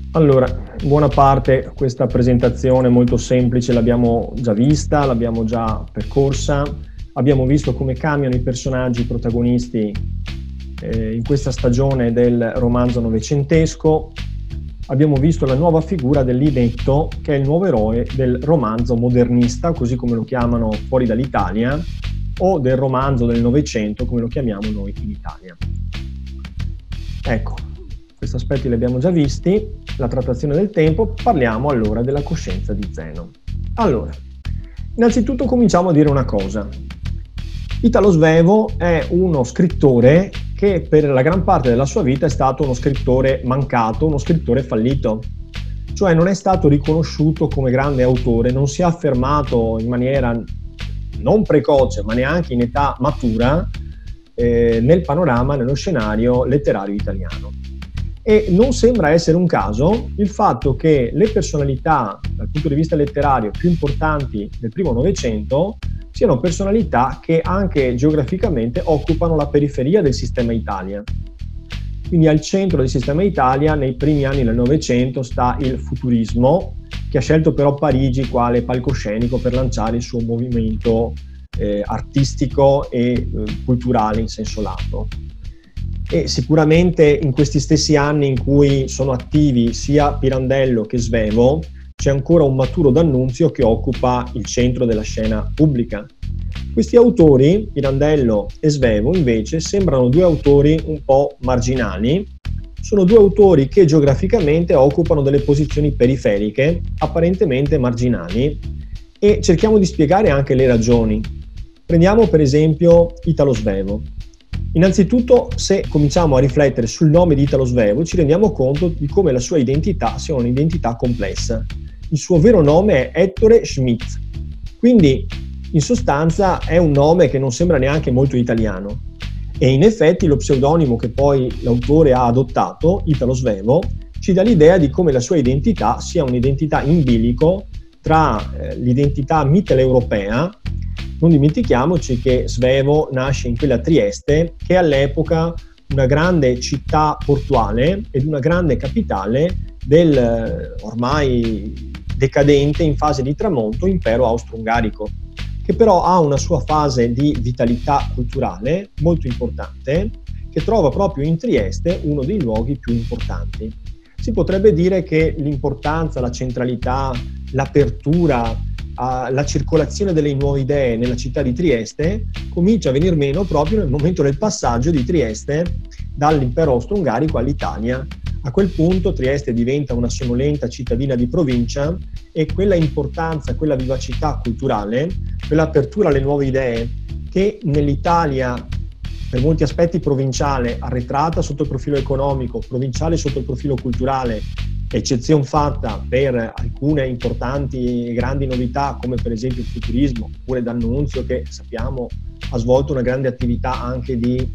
Allora, buona parte questa presentazione molto semplice l'abbiamo già vista, l'abbiamo già percorsa, abbiamo visto come cambiano i personaggi protagonisti in questa stagione del romanzo novecentesco, abbiamo visto la nuova figura dell'inetto, che è il nuovo eroe del romanzo modernista, così come lo chiamano fuori dall'Italia, o del romanzo del Novecento, come lo chiamiamo noi in Italia. Ecco, questi aspetti li abbiamo già visti, la trattazione del tempo. Parliamo allora della coscienza di Zeno. Allora, innanzitutto cominciamo a dire una cosa. Italo Svevo è uno scrittore che per la gran parte della sua vita è stato uno scrittore mancato, uno scrittore fallito. Cioè non è stato riconosciuto come grande autore, non si è affermato in maniera non precoce, ma neanche in età matura, nel panorama, nello scenario letterario italiano. E non sembra essere un caso il fatto che le personalità, dal punto di vista letterario, più importanti del primo Novecento siano personalità che anche geograficamente occupano la periferia del sistema Italia. Quindi al centro del sistema Italia, nei primi anni del Novecento, sta il futurismo, che ha scelto però Parigi quale palcoscenico per lanciare il suo movimento artistico e culturale in senso lato. E sicuramente in questi stessi anni in cui sono attivi sia Pirandello che Svevo, c'è ancora un Maturo D'Annunzio che occupa il centro della scena pubblica. Questi autori, Pirandello e Svevo, invece, sembrano due autori un po' marginali. Sono due autori che geograficamente occupano delle posizioni periferiche, apparentemente marginali, e cerchiamo di spiegare anche le ragioni. Prendiamo per esempio Italo Svevo. Innanzitutto, se cominciamo a riflettere sul nome di Italo Svevo, ci rendiamo conto di come la sua identità sia un'identità complessa. Il suo vero nome è Ettore Schmidt, quindi in sostanza è un nome che non sembra neanche molto italiano. E in effetti lo pseudonimo che poi l'autore ha adottato, Italo Svevo, ci dà l'idea di come la sua identità sia un'identità in bilico tra l'identità mitteleuropea. Non dimentichiamoci che Svevo nasce in quella Trieste, che è all'epoca una grande città portuale ed una grande capitale del ormai decadente, in fase di tramonto, impero austro-ungarico, che però ha una sua fase di vitalità culturale molto importante, che trova proprio in Trieste uno dei luoghi più importanti. Si potrebbe dire che l'importanza, la centralità, l'apertura, la circolazione delle nuove idee nella città di Trieste comincia a venir meno proprio nel momento del passaggio di Trieste dall'impero austro-ungarico all'Italia. A quel punto Trieste diventa una sonnolenta cittadina di provincia e quella importanza, quella vivacità culturale, quell'apertura alle nuove idee che nell'Italia per molti aspetti provinciale, arretrata sotto il profilo economico, provinciale sotto il profilo culturale, eccezione fatta per alcune importanti e grandi novità come per esempio il futurismo, oppure D'Annunzio che sappiamo ha svolto una grande attività anche di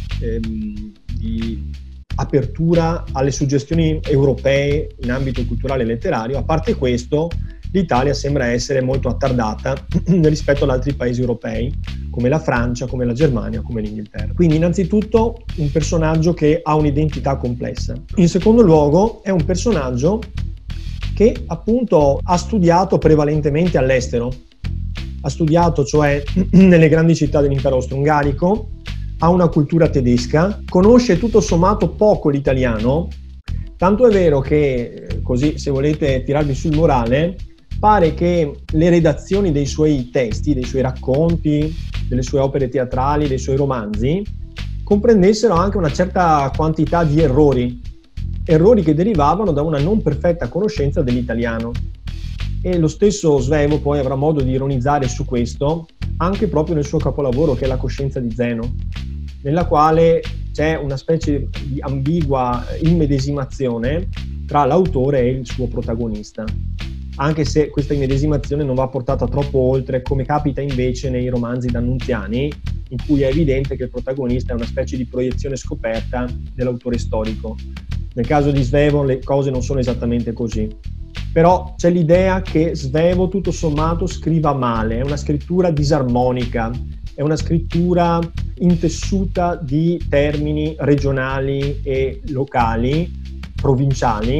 apertura alle suggestioni europee in ambito culturale e letterario. A parte questo, l'Italia sembra essere molto attardata rispetto ad altri paesi europei, come la Francia, come la Germania, come l'Inghilterra. Quindi innanzitutto un personaggio che ha un'identità complessa. In secondo luogo è un personaggio che appunto ha studiato prevalentemente all'estero. Ha studiato cioè nelle grandi città dell'impero austro-ungarico, ha una cultura tedesca, conosce tutto sommato poco l'italiano, tanto è vero che, così se volete tirarvi sul morale, pare che le redazioni dei suoi testi, dei suoi racconti, delle sue opere teatrali, dei suoi romanzi, comprendessero anche una certa quantità di errori che derivavano da una non perfetta conoscenza dell'italiano. E lo stesso Svevo poi avrà modo di ironizzare su questo anche proprio nel suo capolavoro che è La coscienza di Zeno, nella quale c'è una specie di ambigua immedesimazione tra l'autore e il suo protagonista, anche se questa immedesimazione non va portata troppo oltre, come capita invece nei romanzi d'annunziani, in cui è evidente che il protagonista è una specie di proiezione scoperta dell'autore storico. Nel caso di Svevo le cose non sono esattamente così. Però c'è l'idea che Svevo tutto sommato scriva male, è una scrittura disarmonica, è una scrittura intessuta di termini regionali e locali, provinciali,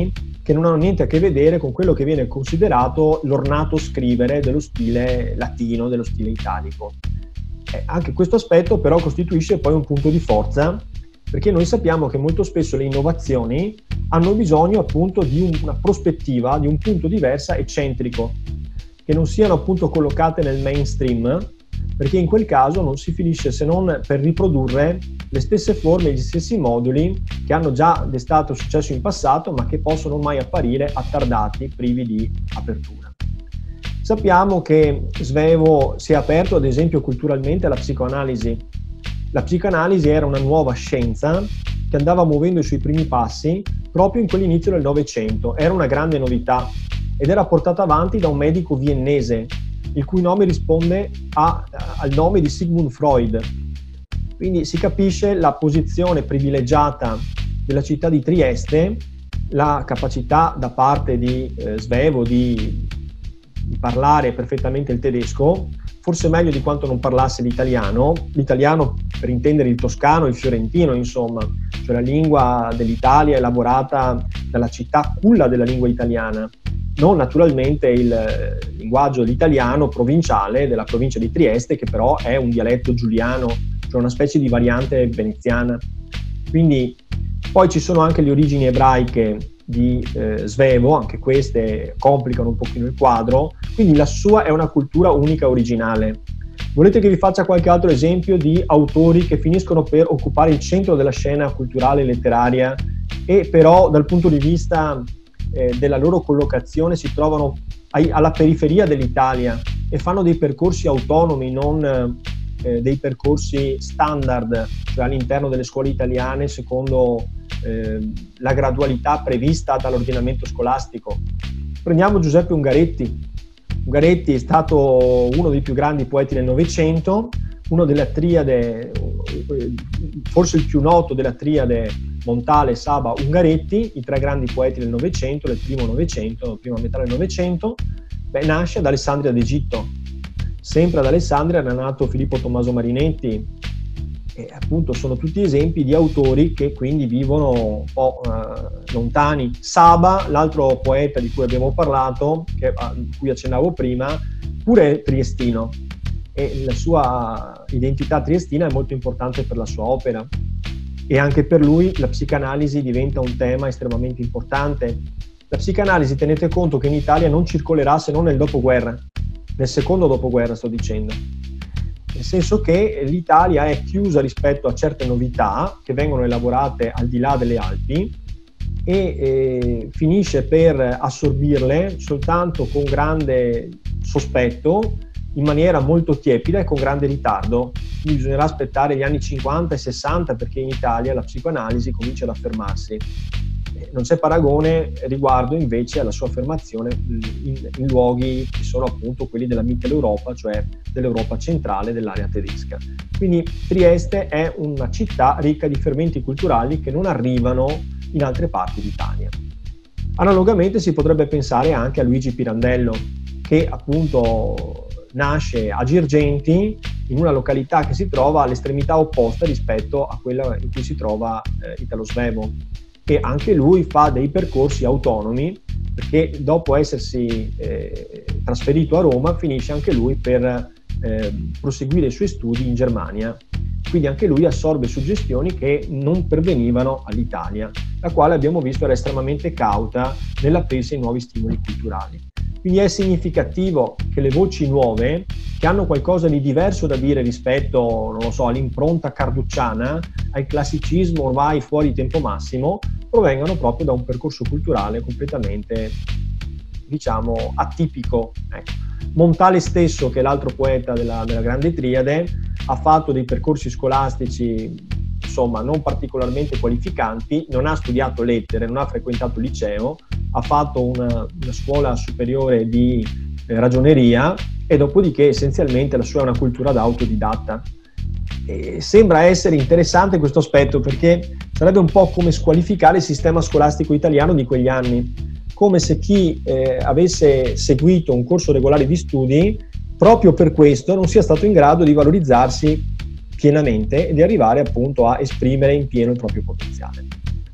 che non hanno niente a che vedere con quello che viene considerato l'ornato scrivere dello stile latino, dello stile italico. Anche questo aspetto però costituisce poi un punto di forza, perché noi sappiamo che molto spesso le innovazioni hanno bisogno appunto di una prospettiva, di un punto diversa eccentrico, che non siano appunto collocate nel mainstream, perché in quel caso non si finisce se non per riprodurre le stesse forme, gli stessi moduli che hanno già destato successo in passato, ma che possono ormai apparire attardati, privi di apertura. Sappiamo che Svevo si è aperto, ad esempio, culturalmente alla psicoanalisi. La psicoanalisi era una nuova scienza che andava muovendo i suoi primi passi proprio in quell'inizio del Novecento. Era una grande novità ed era portata avanti da un medico viennese, il cui nome risponde al nome di Sigmund Freud. Quindi si capisce la posizione privilegiata della città di Trieste, la capacità da parte di Svevo di parlare perfettamente il tedesco, forse meglio di quanto non parlasse l'italiano per intendere il toscano, il fiorentino, insomma, cioè la lingua dell'Italia elaborata dalla città culla della lingua italiana, non naturalmente il linguaggio dell'italiano provinciale della provincia di Trieste, che però è un dialetto giuliano, cioè una specie di variante veneziana. Quindi poi ci sono anche le origini ebraiche di Svevo, anche queste complicano un pochino il quadro, quindi la sua è una cultura unica originale. Volete che vi faccia qualche altro esempio di autori che finiscono per occupare il centro della scena culturale e letteraria e però dal punto di vista della loro collocazione si trovano alla periferia dell'Italia e fanno dei percorsi autonomi, non dei percorsi standard, cioè all'interno delle scuole italiane secondo la gradualità prevista dall'ordinamento scolastico. Prendiamo Giuseppe Ungaretti. Ungaretti è stato uno dei più grandi poeti del Novecento, uno della triade, forse il più noto della triade Montale, Saba, Ungaretti, i tre grandi poeti del Novecento, del prima metà del Novecento. Nasce ad Alessandria d'Egitto. Sempre ad Alessandria era nato Filippo Tommaso Marinetti, e appunto sono tutti esempi di autori che quindi vivono un po' lontani. Saba, l'altro poeta di cui abbiamo parlato, di cui accennavo prima, pure è triestino e la sua identità triestina è molto importante per la sua opera e anche per lui la psicanalisi diventa un tema estremamente importante. La psicanalisi, tenete conto che in Italia non circolerà se non nel dopoguerra, nel secondo dopoguerra sto dicendo, nel senso che l'Italia è chiusa rispetto a certe novità che vengono elaborate al di là delle Alpi e finisce per assorbirle soltanto con grande sospetto, in maniera molto tiepida e con grande ritardo. Quindi bisognerà aspettare gli anni 50 e 60 perché in Italia la psicoanalisi comincia ad affermarsi. Non c'è paragone riguardo invece alla sua affermazione in luoghi che sono appunto quelli della Mitteleuropa, cioè dell'Europa centrale, dell'area tedesca. Quindi Trieste è una città ricca di fermenti culturali che non arrivano in altre parti d'Italia. Analogamente si potrebbe pensare anche a Luigi Pirandello, che appunto nasce a Girgenti, in una località che si trova all'estremità opposta rispetto a quella in cui si trova Italo Svevo. E anche lui fa dei percorsi autonomi perché dopo essersi trasferito a Roma finisce anche lui per proseguire i suoi studi in Germania. Quindi anche lui assorbe suggestioni che non pervenivano all'Italia, la quale abbiamo visto era estremamente cauta nell'aprirsi ai nuovi stimoli culturali. Quindi è significativo che le voci nuove, che hanno qualcosa di diverso da dire rispetto, non lo so, all'impronta carducciana, al classicismo ormai fuori tempo massimo, provengano proprio da un percorso culturale completamente, diciamo, atipico. Ecco. Montale stesso, che è l'altro poeta della Grande Triade, ha fatto dei percorsi scolastici, insomma, non particolarmente qualificanti, non ha studiato lettere, non ha frequentato il liceo, ha fatto una scuola superiore di ragioneria e dopodiché essenzialmente la sua è una cultura da autodidatta. E sembra essere interessante questo aspetto perché sarebbe un po' come squalificare il sistema scolastico italiano di quegli anni, come se chi avesse seguito un corso regolare di studi proprio per questo non sia stato in grado di valorizzarsi pienamente e di arrivare appunto a esprimere in pieno il proprio potenziale.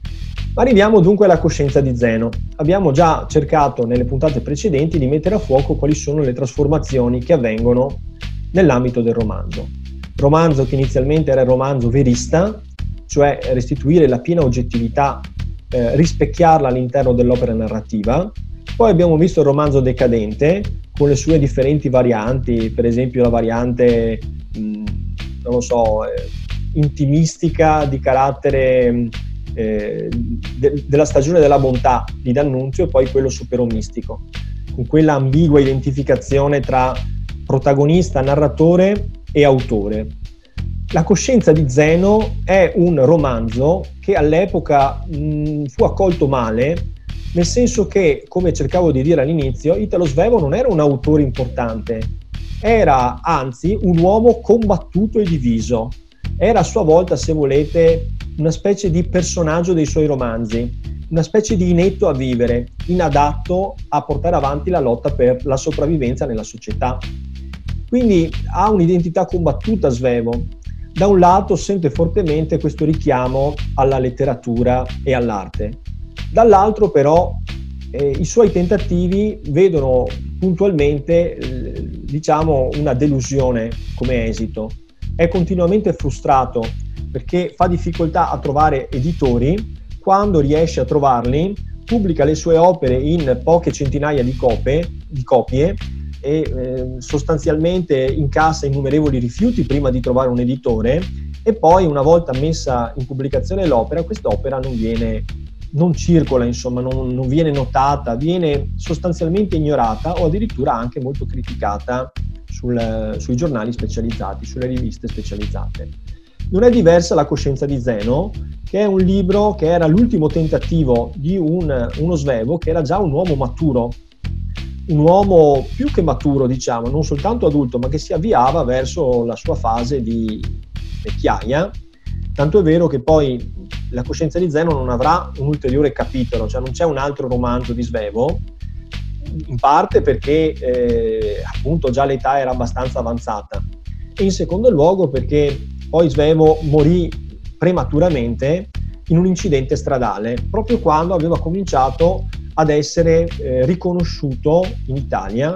Arriviamo dunque alla coscienza di Zeno. Abbiamo già cercato nelle puntate precedenti di mettere a fuoco quali sono le trasformazioni che avvengono nell'ambito del romanzo. Romanzo che inizialmente era il romanzo verista, cioè restituire la piena oggettività, rispecchiarla all'interno dell'opera narrativa. Poi abbiamo visto il romanzo decadente con le sue differenti varianti, per esempio la variante, intimistica di carattere della stagione della bontà di D'Annunzio, e poi quello superomistico, con quella ambigua identificazione tra protagonista, narratore e autore. La coscienza di Zeno è un romanzo che all'epoca fu accolto male, nel senso che, come cercavo di dire all'inizio, Italo Svevo non era un autore importante, era anzi un uomo combattuto e diviso. Era a sua volta, se volete, una specie di personaggio dei suoi romanzi, una specie di inetto a vivere, inadatto a portare avanti la lotta per la sopravvivenza nella società. Quindi ha un'identità combattuta Svevo. Da un lato sente fortemente questo richiamo alla letteratura e all'arte, dall'altro però i suoi tentativi vedono puntualmente una delusione come esito. È continuamente frustrato perché fa difficoltà a trovare editori. Quando riesce a trovarli, pubblica le sue opere in poche centinaia di copie e sostanzialmente incassa innumerevoli rifiuti prima di trovare un editore, e poi una volta messa in pubblicazione l'opera, quest'opera non circola, insomma, non viene notata, viene sostanzialmente ignorata o addirittura anche molto criticata sui giornali specializzati, sulle riviste specializzate. Non è diversa la coscienza di Zeno, che è un libro che era l'ultimo tentativo di uno Svevo che era già un uomo maturo, un uomo più che maturo, diciamo, non soltanto adulto, ma che si avviava verso la sua fase di vecchiaia. Tanto è vero che poi la coscienza di Zeno non avrà un ulteriore capitolo, cioè non c'è un altro romanzo di Svevo, in parte perché appunto già l'età era abbastanza avanzata, e in secondo luogo perché poi Svevo morì prematuramente in un incidente stradale, proprio quando aveva cominciato ad essere riconosciuto in Italia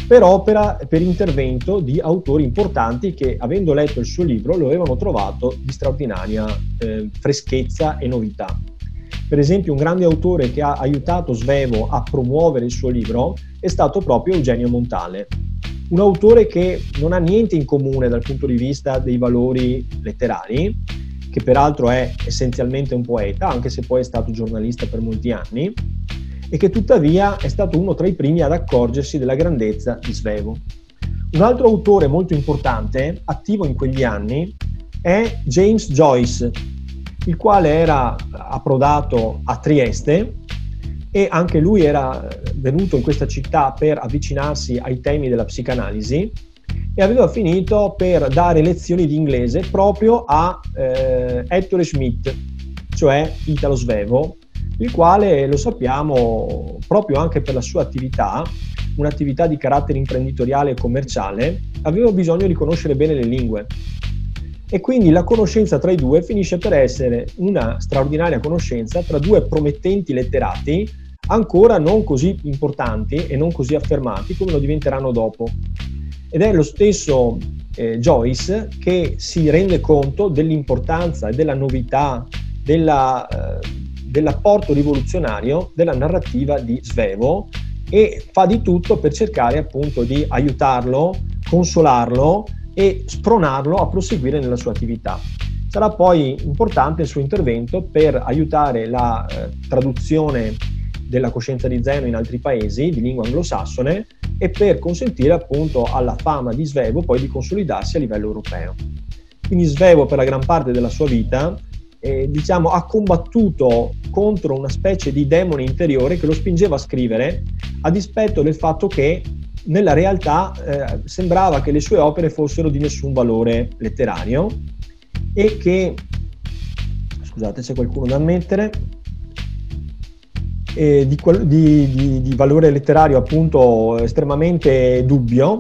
per intervento di autori importanti che, avendo letto il suo libro, lo avevano trovato di straordinaria freschezza e novità. Per esempio, un grande autore che ha aiutato Svevo a promuovere il suo libro è stato proprio Eugenio Montale, un autore che non ha niente in comune dal punto di vista dei valori letterari, che peraltro è essenzialmente un poeta, anche se poi è stato giornalista per molti anni, e che tuttavia è stato uno tra i primi ad accorgersi della grandezza di Svevo. Un altro autore molto importante, attivo in quegli anni, è James Joyce, il quale era approdato a Trieste, e anche lui era venuto in questa città per avvicinarsi ai temi della psicanalisi, e aveva finito per dare lezioni di inglese proprio a Ettore Schmidt, cioè Italo Svevo, il quale, lo sappiamo, proprio anche per la sua attività, un'attività di carattere imprenditoriale e commerciale, aveva bisogno di conoscere bene le lingue. E quindi la conoscenza tra i due finisce per essere una straordinaria conoscenza tra due promettenti letterati, ancora non così importanti e non così affermati come lo diventeranno dopo. Ed è lo stesso Joyce che si rende conto dell'importanza e della novità, dell'apporto rivoluzionario della narrativa di Svevo, e fa di tutto per cercare appunto di aiutarlo, consolarlo e spronarlo a proseguire nella sua attività. Sarà poi importante il suo intervento per aiutare la traduzione della coscienza di Zeno in altri paesi di lingua anglosassone e per consentire appunto alla fama di Svevo poi di consolidarsi a livello europeo. Quindi Svevo per la gran parte della sua vita ha combattuto contro una specie di demone interiore che lo spingeva a scrivere, a dispetto del fatto che nella realtà sembrava che le sue opere fossero di nessun valore letterario e che, scusate c'è qualcuno da ammettere, di valore letterario appunto estremamente dubbio,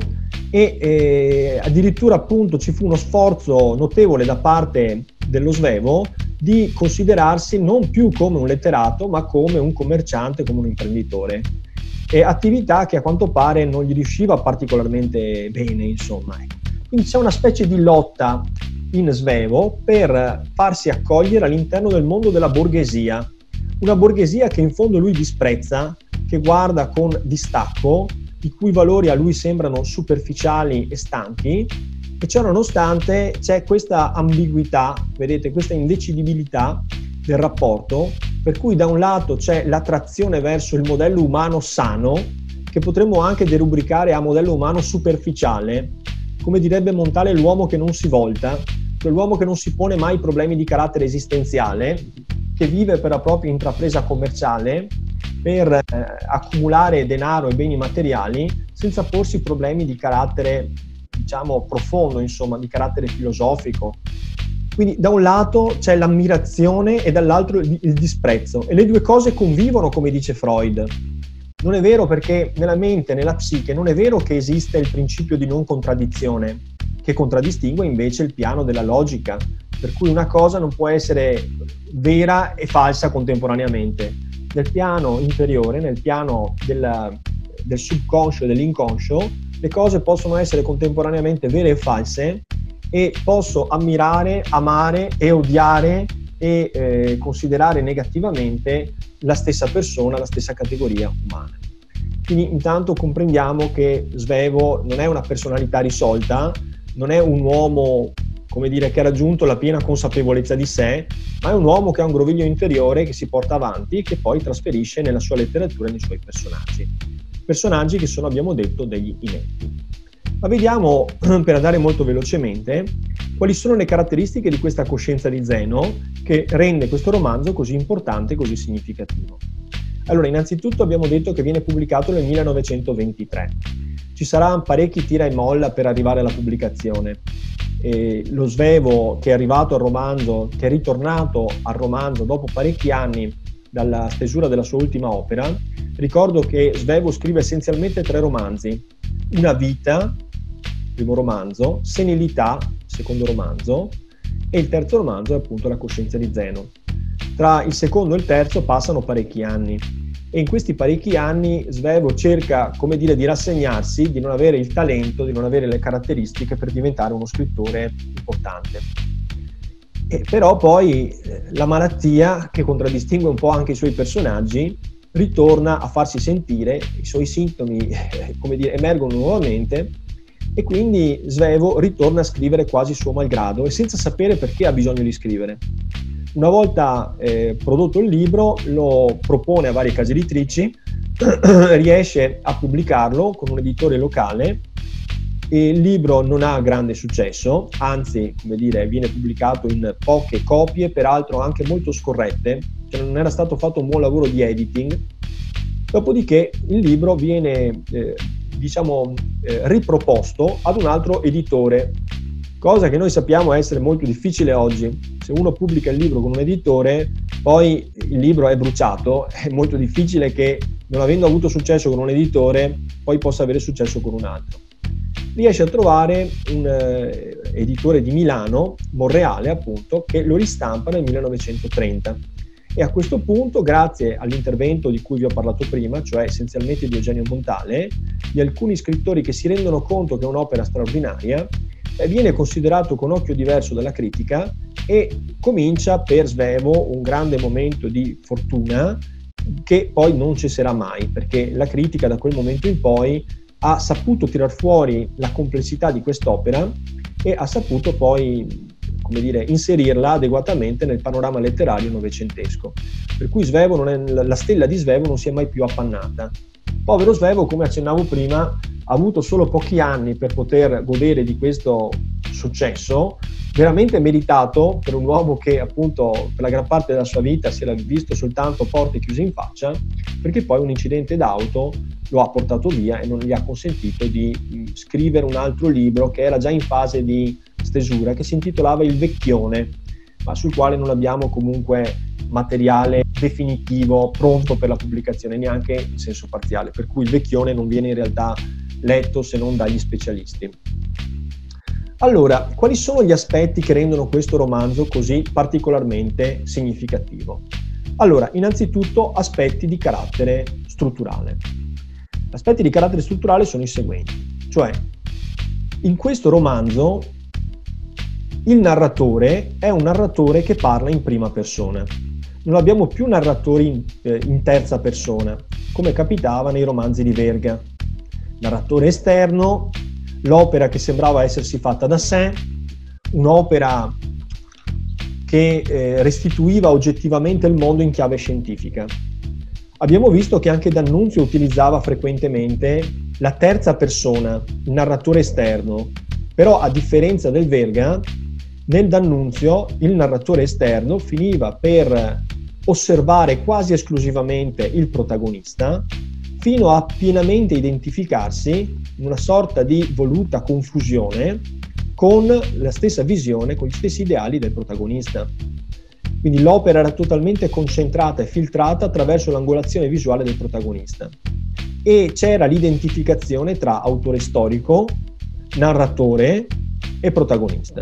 e addirittura appunto ci fu uno sforzo notevole da parte dello Svevo di considerarsi non più come un letterato, ma come un commerciante, come un imprenditore. E attività che a quanto pare non gli riusciva particolarmente bene, insomma. Quindi c'è una specie di lotta in Svevo per farsi accogliere all'interno del mondo della borghesia. Una borghesia che in fondo lui disprezza, che guarda con distacco, i cui valori a lui sembrano superficiali e stanchi, e ciò nonostante c'è questa ambiguità, vedete, questa indecidibilità del rapporto, per cui da un lato c'è l'attrazione verso il modello umano sano, che potremmo anche derubricare a modello umano superficiale, come direbbe Montale, l'uomo che non si volta, cioè l'uomo che non si pone mai problemi di carattere esistenziale, che vive per la propria intrapresa commerciale, per accumulare denaro e beni materiali, senza porsi problemi di carattere, diciamo, profondo, insomma, di carattere filosofico. Quindi da un lato c'è l'ammirazione e dall'altro il disprezzo, e le due cose convivono, come dice Freud. Non è vero, perché nella mente, nella psiche, non è vero che esiste il principio di non contraddizione, che contraddistingue invece il piano della logica, per cui una cosa non può essere vera e falsa contemporaneamente. Nel piano inferiore, nel piano del subconscio e dell'inconscio, le cose possono essere contemporaneamente vere e false, e posso ammirare, amare e odiare e considerare negativamente la stessa persona, la stessa categoria umana. Quindi intanto comprendiamo che Svevo non è una personalità risolta, non è un uomo, come dire, che ha raggiunto la piena consapevolezza di sé, ma è un uomo che ha un groviglio interiore che si porta avanti e che poi trasferisce nella sua letteratura e nei suoi personaggi. Personaggi che sono, abbiamo detto, degli inetti. Ma vediamo, per andare molto velocemente, quali sono le caratteristiche di questa coscienza di Zeno che rende questo romanzo così importante e così significativo. Allora, innanzitutto abbiamo detto che viene pubblicato nel 1923. Ci saranno parecchi tira e molla per arrivare alla pubblicazione. Lo Svevo che è arrivato al romanzo, che è ritornato al romanzo dopo parecchi anni dalla stesura della sua ultima opera, ricordo che Svevo scrive essenzialmente 3 romanzi: Una vita, primo romanzo, Senilità, secondo romanzo, e il terzo romanzo è appunto La coscienza di Zeno. Tra il secondo e il terzo passano parecchi anni, e in questi parecchi anni Svevo cerca, come dire, di rassegnarsi, di non avere il talento, di non avere le caratteristiche per diventare uno scrittore importante. Però poi la malattia, che contraddistingue un po' anche i suoi personaggi, ritorna a farsi sentire, i suoi sintomi, come dire, emergono nuovamente, e quindi Svevo ritorna a scrivere quasi suo malgrado e senza sapere perché ha bisogno di scrivere. Una volta prodotto il libro, lo propone a varie case editrici, riesce a pubblicarlo con un editore locale, e il libro non ha grande successo, anzi, come dire, viene pubblicato in poche copie, peraltro anche molto scorrette, cioè non era stato fatto un buon lavoro di editing. Dopodiché il libro viene riproposto ad un altro editore, cosa che noi sappiamo essere molto difficile oggi. Se uno pubblica il libro con un editore, poi il libro è bruciato, è molto difficile che, non avendo avuto successo con un editore, poi possa avere successo con un altro. Riesce a trovare un editore di Milano, Monreale appunto, che lo ristampa nel 1930. E a questo punto, grazie all'intervento di cui vi ho parlato prima, cioè essenzialmente di Eugenio Montale, di alcuni scrittori che si rendono conto che è un'opera straordinaria, viene considerato con occhio diverso dalla critica, e comincia per Svevo un grande momento di fortuna che poi non cesserà mai, perché la critica da quel momento in poi ha saputo tirar fuori la complessità di quest'opera e ha saputo poi, come dire, inserirla adeguatamente nel panorama letterario novecentesco. Per cui Svevo la stella di Svevo non si è mai più appannata. Povero Svevo, come accennavo prima, ha avuto solo pochi anni per poter godere di questo successo, veramente meritato per un uomo che appunto per la gran parte della sua vita si era visto soltanto porte chiuse in faccia, perché poi un incidente d'auto lo ha portato via e non gli ha consentito di scrivere un altro libro che era già in fase di stesura, che si intitolava Il Vecchione, ma sul quale non abbiamo comunque materiale definitivo pronto per la pubblicazione, neanche in senso parziale, per cui Il Vecchione non viene in realtà letto se non dagli specialisti. Allora, quali sono gli aspetti che rendono questo romanzo così particolarmente significativo? Allora, innanzitutto aspetti di carattere strutturale. Aspetti di carattere strutturale sono i seguenti, cioè in questo romanzo il narratore è un narratore che parla in prima persona. Non abbiamo più narratori in terza persona, come capitava nei romanzi di Verga. Narratore esterno, l'opera che sembrava essersi fatta da sé, un'opera che restituiva oggettivamente il mondo in chiave scientifica. Abbiamo visto che anche D'Annunzio utilizzava frequentemente la terza persona, il narratore esterno, però a differenza del Verga, nel D'Annunzio il narratore esterno finiva per osservare quasi esclusivamente il protagonista fino a pienamente identificarsi in una sorta di voluta confusione con la stessa visione, con gli stessi ideali del protagonista. Quindi l'opera era totalmente concentrata e filtrata attraverso l'angolazione visuale del protagonista. E c'era l'identificazione tra autore storico, narratore e protagonista.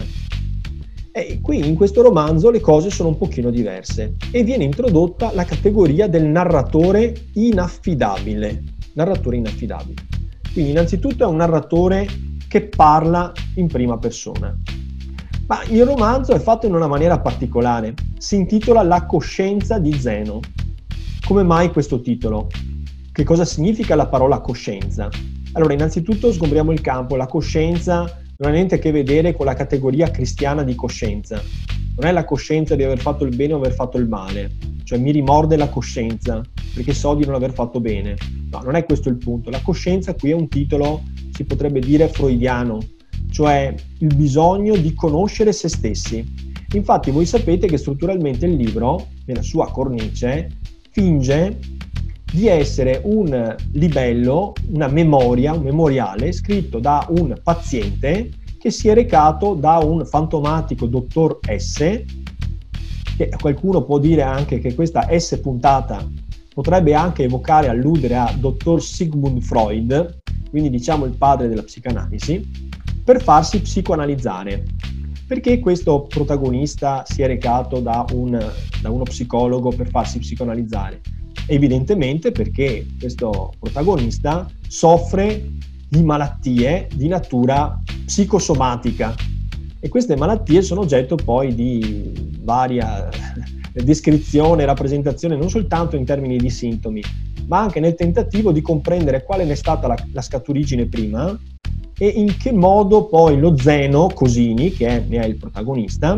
E qui in questo romanzo le cose sono un pochino diverse e viene introdotta la categoria del narratore inaffidabile. Narratore inaffidabile. Quindi innanzitutto è un narratore che parla in prima persona. Ma il romanzo è fatto in una maniera particolare. Si intitola La coscienza di Zeno. Come mai questo titolo? Che cosa significa la parola coscienza? Allora, innanzitutto sgombriamo il campo. La coscienza non ha niente a che vedere con la categoria cristiana di coscienza. Non è la coscienza di aver fatto il bene o aver fatto il male. Cioè mi rimorde la coscienza perché so di non aver fatto bene. No, non è questo il punto. La coscienza qui è un titolo, si potrebbe dire, freudiano, cioè il bisogno di conoscere se stessi. Infatti voi sapete che strutturalmente il libro, nella sua cornice, finge di essere un libello, una memoria, un memoriale scritto da un paziente che si è recato da un fantomatico dottor S, che qualcuno può dire anche che questa S puntata potrebbe anche evocare, alludere a dottor Sigmund Freud, quindi diciamo il padre della psicanalisi, per farsi psicoanalizzare. Perché questo protagonista si è recato da uno psicologo per farsi psicoanalizzare? Evidentemente perché questo protagonista soffre di malattie di natura psicosomatica e queste malattie sono oggetto poi di varia descrizione e rappresentazione non soltanto in termini di sintomi, ma anche nel tentativo di comprendere quale ne è stata la scaturigine prima e in che modo poi lo Zeno Cosini, che ne è il protagonista,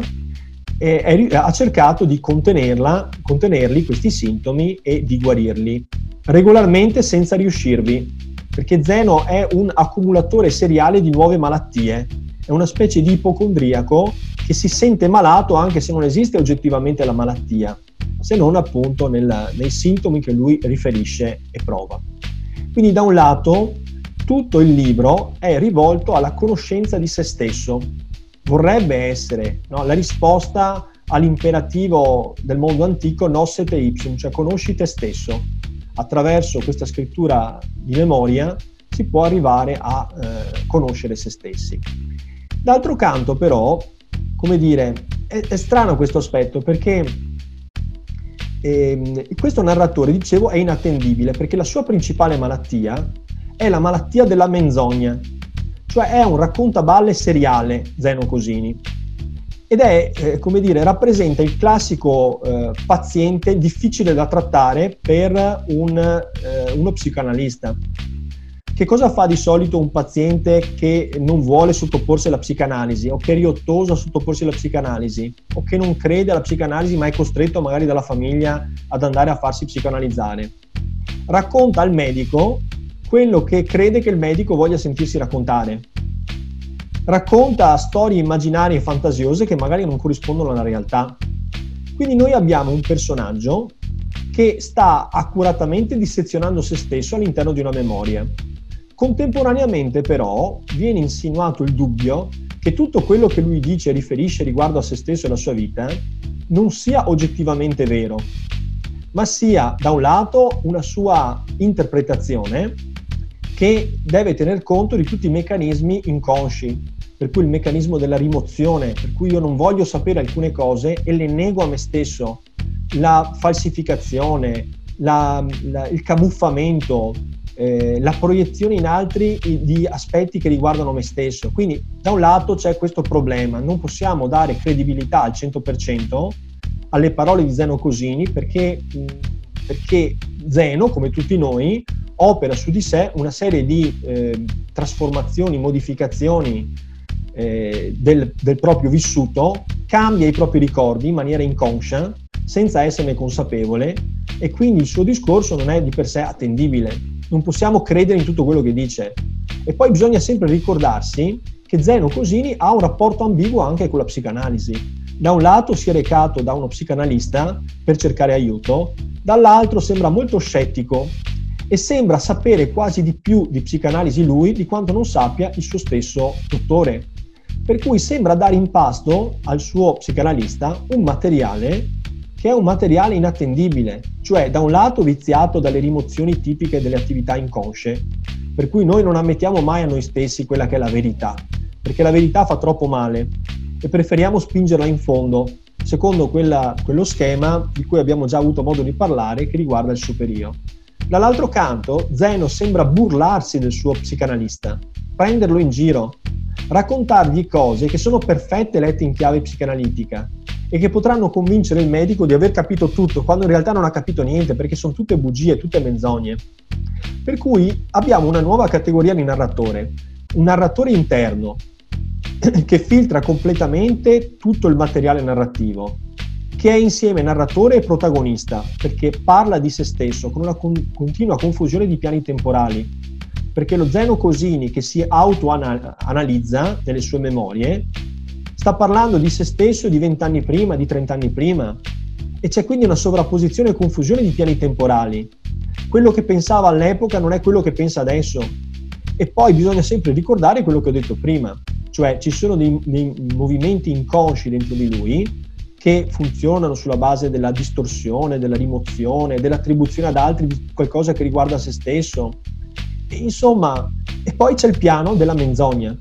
ha cercato di contenerli questi sintomi e di guarirli regolarmente senza riuscirvi, perché Zeno è un accumulatore seriale di nuove malattie, è una specie di ipocondriaco che si sente malato anche se non esiste oggettivamente la malattia, se non appunto nei sintomi che lui riferisce e prova. Quindi da un lato tutto il libro è rivolto alla conoscenza di se stesso. Vorrebbe essere, no, la risposta all'imperativo del mondo antico nosce te ipsum, cioè conosci te stesso. Attraverso questa scrittura di memoria si può arrivare a conoscere se stessi. D'altro canto però, come dire, è strano questo aspetto perché questo narratore, dicevo, è inattendibile perché la sua principale malattia è la malattia della menzogna. Cioè è un raccontaballe seriale, Zeno Cosini, ed è, come dire, rappresenta il classico paziente difficile da trattare per uno psicoanalista. Che cosa fa di solito un paziente che non vuole sottoporsi alla psicanalisi, o che è riottoso a sottoporsi alla psicanalisi, o che non crede alla psicanalisi ma è costretto magari dalla famiglia ad andare a farsi psicoanalizzare? Racconta al medico quello che crede che il medico voglia sentirsi raccontare. Racconta storie immaginarie e fantasiose che magari non corrispondono alla realtà. Quindi noi abbiamo un personaggio che sta accuratamente dissezionando se stesso all'interno di una memoria. Contemporaneamente però viene insinuato il dubbio che tutto quello che lui dice e riferisce riguardo a se stesso e alla sua vita non sia oggettivamente vero, ma sia da un lato una sua interpretazione che deve tener conto di tutti i meccanismi inconsci, per cui il meccanismo della rimozione, per cui io non voglio sapere alcune cose e le nego a me stesso, la falsificazione, il camuffamento, la proiezione in altri di aspetti che riguardano me stesso. Quindi da un lato c'è questo problema, non possiamo dare credibilità al 100% alle parole di Zeno Cosini perché Zeno, come tutti noi, opera su di sé una serie di trasformazioni, modificazioni del proprio vissuto, cambia i propri ricordi in maniera inconscia, senza esserne consapevole, e quindi il suo discorso non è di per sé attendibile. Non possiamo credere in tutto quello che dice. E poi bisogna sempre ricordarsi che Zeno Cosini ha un rapporto ambiguo anche con la psicanalisi. Da un lato si è recato da uno psicanalista per cercare aiuto, dall'altro sembra molto scettico e sembra sapere quasi di più di psicanalisi lui di quanto non sappia il suo stesso dottore. Per cui sembra dare in pasto al suo psicanalista un materiale che è un materiale inattendibile, cioè da un lato viziato dalle rimozioni tipiche delle attività inconsce, per cui noi non ammettiamo mai a noi stessi quella che è la verità, perché la verità fa troppo male e preferiamo spingerla in fondo, secondo quello schema di cui abbiamo già avuto modo di parlare, che riguarda il superio. Dall'altro canto, Zeno sembra burlarsi del suo psicanalista, prenderlo in giro, raccontargli cose che sono perfette lette in chiave psicanalitica e che potranno convincere il medico di aver capito tutto, quando in realtà non ha capito niente, perché sono tutte bugie, tutte menzogne. Per cui abbiamo una nuova categoria di narratore, un narratore interno, che filtra completamente tutto il materiale narrativo, che è insieme narratore e protagonista, perché parla di se stesso con una continua confusione di piani temporali, perché lo Zeno Cosini, che si autoanalizza nelle sue memorie, sta parlando di se stesso di 20 anni prima, di 30 anni prima, e c'è quindi una sovrapposizione e confusione di piani temporali. Quello che pensava all'epoca non è quello che pensa adesso. E poi bisogna sempre ricordare quello che ho detto prima, cioè ci sono dei movimenti inconsci dentro di lui che funzionano sulla base della distorsione, della rimozione, dell'attribuzione ad altri di qualcosa che riguarda se stesso. E insomma, e poi c'è il piano della menzogna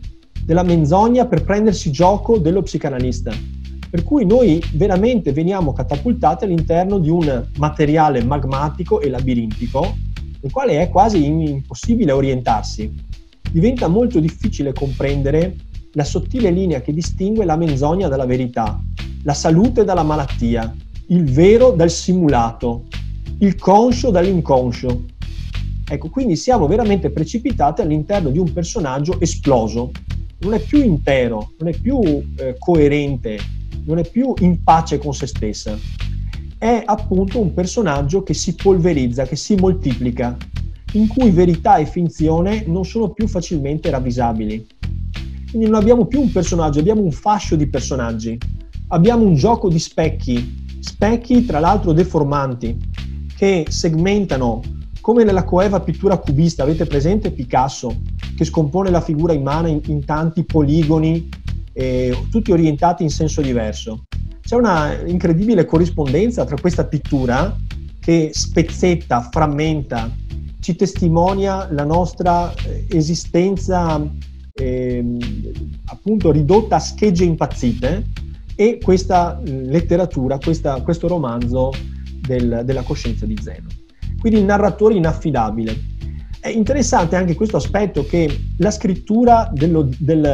per prendersi gioco dello psicanalista. Per cui noi veramente veniamo catapultati all'interno di un materiale magmatico e labirintico, nel quale è quasi impossibile orientarsi. Diventa molto difficile comprendere la sottile linea che distingue la menzogna dalla verità, la salute dalla malattia, il vero dal simulato, il conscio dall'inconscio. Ecco, quindi siamo veramente precipitati all'interno di un personaggio esploso. Non è più intero, non è più coerente, non è più in pace con se stessa. È appunto un personaggio che si polverizza, che si moltiplica, in cui verità e finzione non sono più facilmente ravvisabili. Quindi non abbiamo più un personaggio, abbiamo un fascio di personaggi. Abbiamo un gioco di specchi tra l'altro deformanti, che segmentano, come nella coeva pittura cubista. Avete presente Picasso, che scompone la figura in mano in tanti poligoni, tutti orientati in senso diverso. C'è una incredibile corrispondenza tra questa pittura che spezzetta, frammenta, ci testimonia la nostra esistenza appunto ridotta a schegge impazzite, e questa letteratura, questo romanzo della coscienza di Zeno. Quindi il narratore inaffidabile. È interessante anche questo aspetto, che la scrittura dello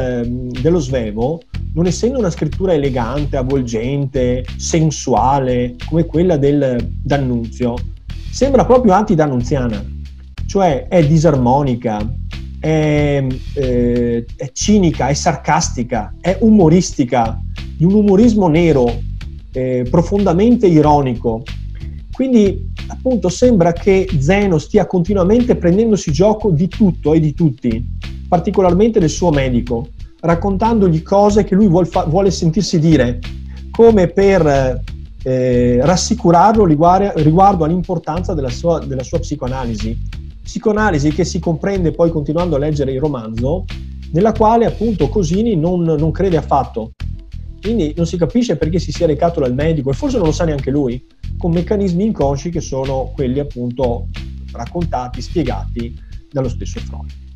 Svevo, non essendo una scrittura elegante, avvolgente, sensuale, come quella del D'Annunzio, sembra proprio antidannunziana, cioè è disarmonica, è cinica, è sarcastica, è umoristica, di un umorismo nero, profondamente ironico. Quindi appunto sembra che Zeno stia continuamente prendendosi gioco di tutto e di tutti, particolarmente del suo medico, raccontandogli cose che lui vuole sentirsi dire, come per rassicurarlo riguardo all'importanza della sua psicoanalisi. Psicoanalisi che si comprende poi continuando a leggere il romanzo, nella quale appunto Cosini non crede affatto. Quindi non si capisce perché si sia recato dal medico, e forse non lo sa neanche lui, con meccanismi inconsci che sono quelli appunto raccontati, spiegati dallo stesso Freud.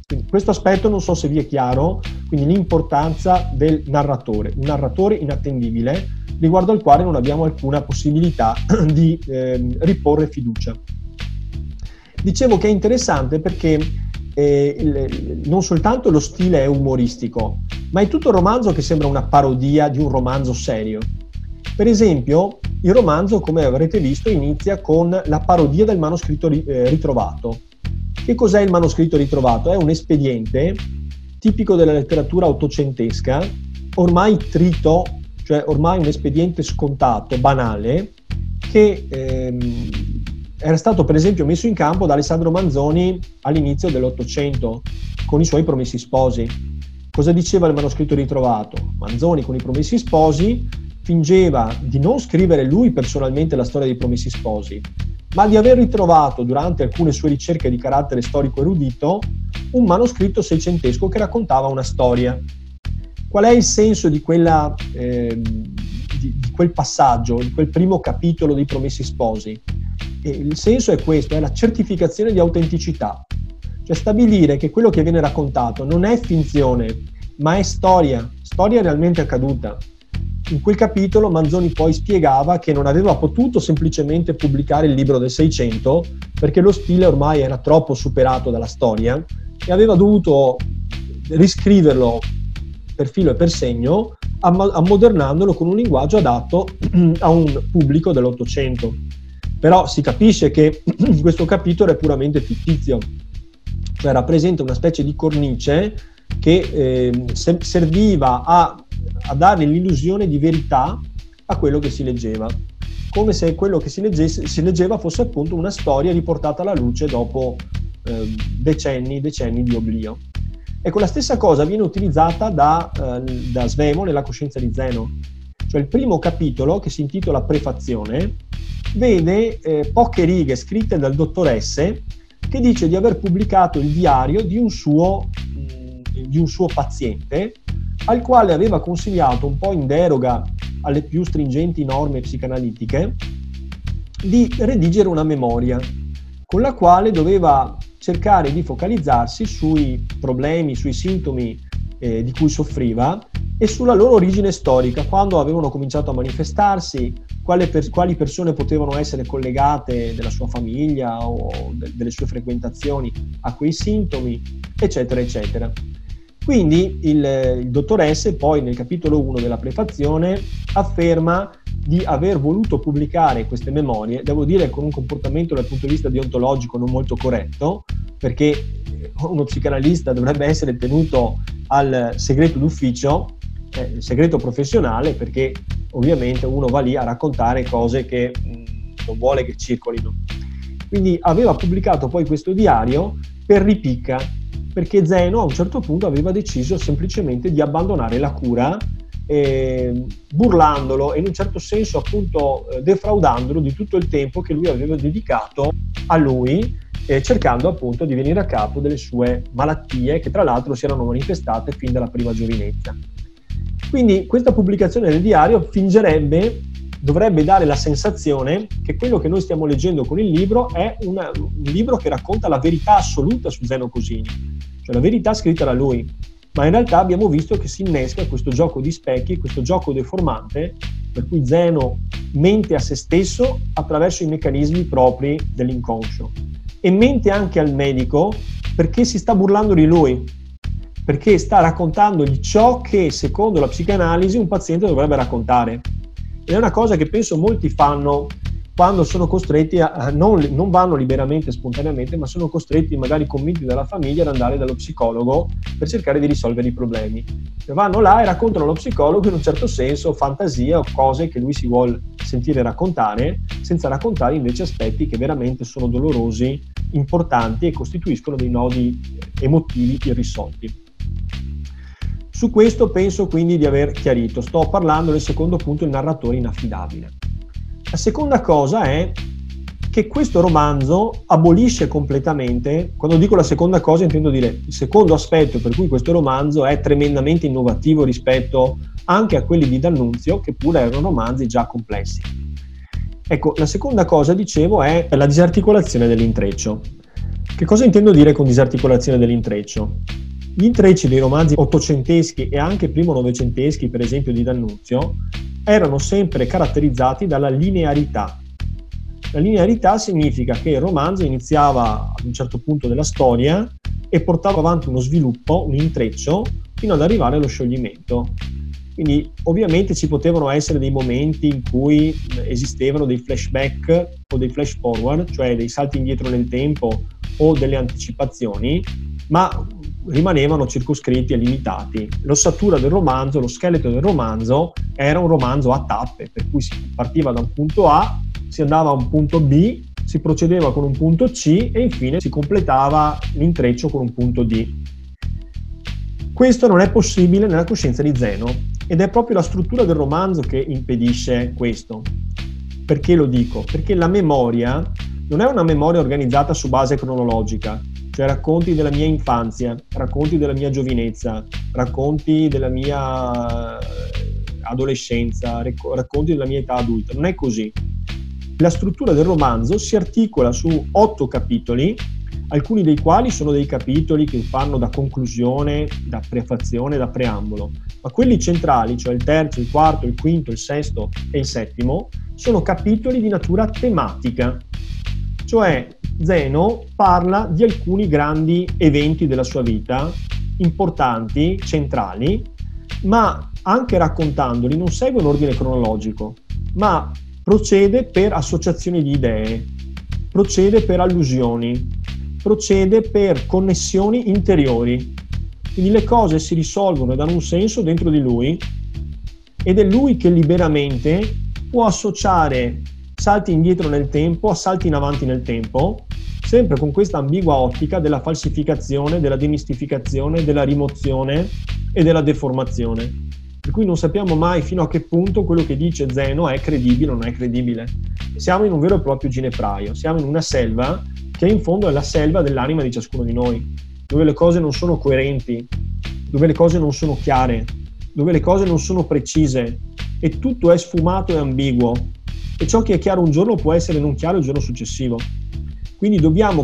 Quindi questo aspetto non so se vi è chiaro, quindi l'importanza del narratore, un narratore inattendibile riguardo al quale non abbiamo alcuna possibilità di riporre fiducia. Dicevo che è interessante perché non soltanto lo stile è umoristico, ma è tutto il romanzo che sembra una parodia di un romanzo serio. Per esempio, il romanzo, come avrete visto, inizia con la parodia del manoscritto ritrovato. Che cos'è il manoscritto ritrovato? È un espediente tipico della letteratura ottocentesca, ormai trito, cioè ormai un espediente scontato, banale, che era stato per esempio messo in campo da Alessandro Manzoni all'inizio dell'Ottocento con i suoi Promessi Sposi. Cosa diceva il manoscritto ritrovato? Manzoni con i Promessi Sposi fingeva di non scrivere lui personalmente la storia dei Promessi Sposi, ma di aver ritrovato durante alcune sue ricerche di carattere storico erudito un manoscritto seicentesco che raccontava una storia. Qual è il senso di quel passaggio, di quel primo capitolo dei Promessi Sposi? Il senso è questo, è la certificazione di autenticità, cioè stabilire che quello che viene raccontato non è finzione, ma è storia realmente accaduta. In quel capitolo Manzoni poi spiegava che non aveva potuto semplicemente pubblicare il libro del Seicento perché lo stile ormai era troppo superato dalla storia e aveva dovuto riscriverlo per filo e per segno, ammodernandolo con un linguaggio adatto a un pubblico dell'Ottocento. Però si capisce che questo capitolo è puramente fittizio, cioè rappresenta una specie di cornice che serviva a dare l'illusione di verità a quello che si leggeva, come se quello che si leggeva fosse appunto una storia riportata alla luce dopo decenni di oblio. Ecco, la stessa cosa viene utilizzata da Svevo nella Coscienza di Zeno. Cioè il primo capitolo, che si intitola Prefazione, vede poche righe scritte dal dottor S che dice di aver pubblicato il diario di un suo paziente al quale aveva consigliato, un po' in deroga alle più stringenti norme psicanalitiche, di redigere una memoria con la quale doveva cercare di focalizzarsi sui problemi, sui sintomi di cui soffriva e sulla loro origine storica, quando avevano cominciato a manifestarsi, quali persone potevano essere collegate della sua famiglia o delle sue frequentazioni a quei sintomi, eccetera, eccetera. Quindi il dottor S poi nel capitolo 1 della prefazione afferma di aver voluto pubblicare queste memorie, devo dire con un comportamento dal punto di vista deontologico non molto corretto, perché uno psicanalista dovrebbe essere tenuto al segreto d'ufficio, segreto professionale, perché ovviamente uno va lì a raccontare cose che non vuole che circolino. Quindi aveva pubblicato poi questo diario per ripicca, perché Zeno a un certo punto aveva deciso semplicemente di abbandonare la cura, burlandolo e in un certo senso appunto defraudandolo di tutto il tempo che lui aveva dedicato a lui, cercando appunto di venire a capo delle sue malattie che tra l'altro si erano manifestate fin dalla prima giovinezza. Quindi questa pubblicazione del diario dovrebbe dare la sensazione che quello che noi stiamo leggendo con il libro è un libro che racconta la verità assoluta su Zeno Cosini, cioè la verità scritta da lui, ma in realtà abbiamo visto che si innesca questo gioco di specchi, questo gioco deformante, per cui Zeno mente a se stesso attraverso i meccanismi propri dell'inconscio e mente anche al medico perché si sta burlando di lui, perché sta raccontandogli ciò che secondo la psicanalisi un paziente dovrebbe raccontare. Ed è una cosa che penso molti fanno quando sono costretti non vanno liberamente, spontaneamente, ma sono costretti, magari convinti dalla famiglia, ad andare dallo psicologo per cercare di risolvere i problemi. Vanno là e raccontano allo psicologo in un certo senso fantasia o cose che lui si vuol sentire raccontare, senza raccontare invece aspetti che veramente sono dolorosi, importanti e costituiscono dei nodi emotivi irrisolti. Su questo penso quindi di aver chiarito. Sto parlando del secondo punto, il narratore inaffidabile. La seconda cosa è che questo romanzo abolisce completamente, quando dico la seconda cosa intendo dire il secondo aspetto per cui questo romanzo è tremendamente innovativo rispetto anche a quelli di D'Annunzio, che pure erano romanzi già complessi. Ecco, la seconda cosa, dicevo, è la disarticolazione dell'intreccio. Che cosa intendo dire con disarticolazione dell'intreccio? Gli intrecci dei romanzi ottocenteschi e anche primo novecenteschi, per esempio di D'Annunzio, erano sempre caratterizzati dalla linearità. La linearità significa che il romanzo iniziava ad un certo punto della storia e portava avanti uno sviluppo, un intreccio, fino ad arrivare allo scioglimento. Quindi ovviamente ci potevano essere dei momenti in cui esistevano dei flashback o dei flash forward, cioè dei salti indietro nel tempo o delle anticipazioni, ma rimanevano circoscritti e limitati. L'ossatura del romanzo, lo scheletro del romanzo era un romanzo a tappe, per cui si partiva da un punto A, si andava a un punto B, si procedeva con un punto C e infine si completava l'intreccio con un punto D. Questo non è possibile nella coscienza di Zeno ed è proprio la struttura del romanzo che impedisce questo. Perché lo dico? Perché la memoria non è una memoria organizzata su base cronologica, cioè racconti della mia infanzia, racconti della mia giovinezza, racconti della mia adolescenza, racconti della mia età adulta. Non è così. La struttura del romanzo si articola su 8 capitoli, alcuni dei quali sono dei capitoli che fanno da conclusione, da prefazione, da preambolo, ma quelli centrali, cioè il terzo, il quarto, il quinto, il sesto e il settimo, sono capitoli di natura tematica, cioè Zeno parla di alcuni grandi eventi della sua vita, importanti, centrali, ma anche raccontandoli non segue un ordine cronologico, ma procede per associazioni di idee, procede per allusioni, procede per connessioni interiori. Quindi le cose si risolvono e danno un senso dentro di lui ed è lui che liberamente può associare salti indietro nel tempo a salti in avanti nel tempo, sempre con questa ambigua ottica della falsificazione, della demistificazione, della rimozione e della deformazione. Per cui non sappiamo mai fino a che punto quello che dice Zeno è credibile o non è credibile. Siamo in un vero e proprio ginepraio, siamo in una selva che in fondo è la selva dell'anima di ciascuno di noi, dove le cose non sono coerenti, dove le cose non sono chiare, dove le cose non sono precise e tutto è sfumato e ambiguo e ciò che è chiaro un giorno può essere non chiaro il giorno successivo. Quindi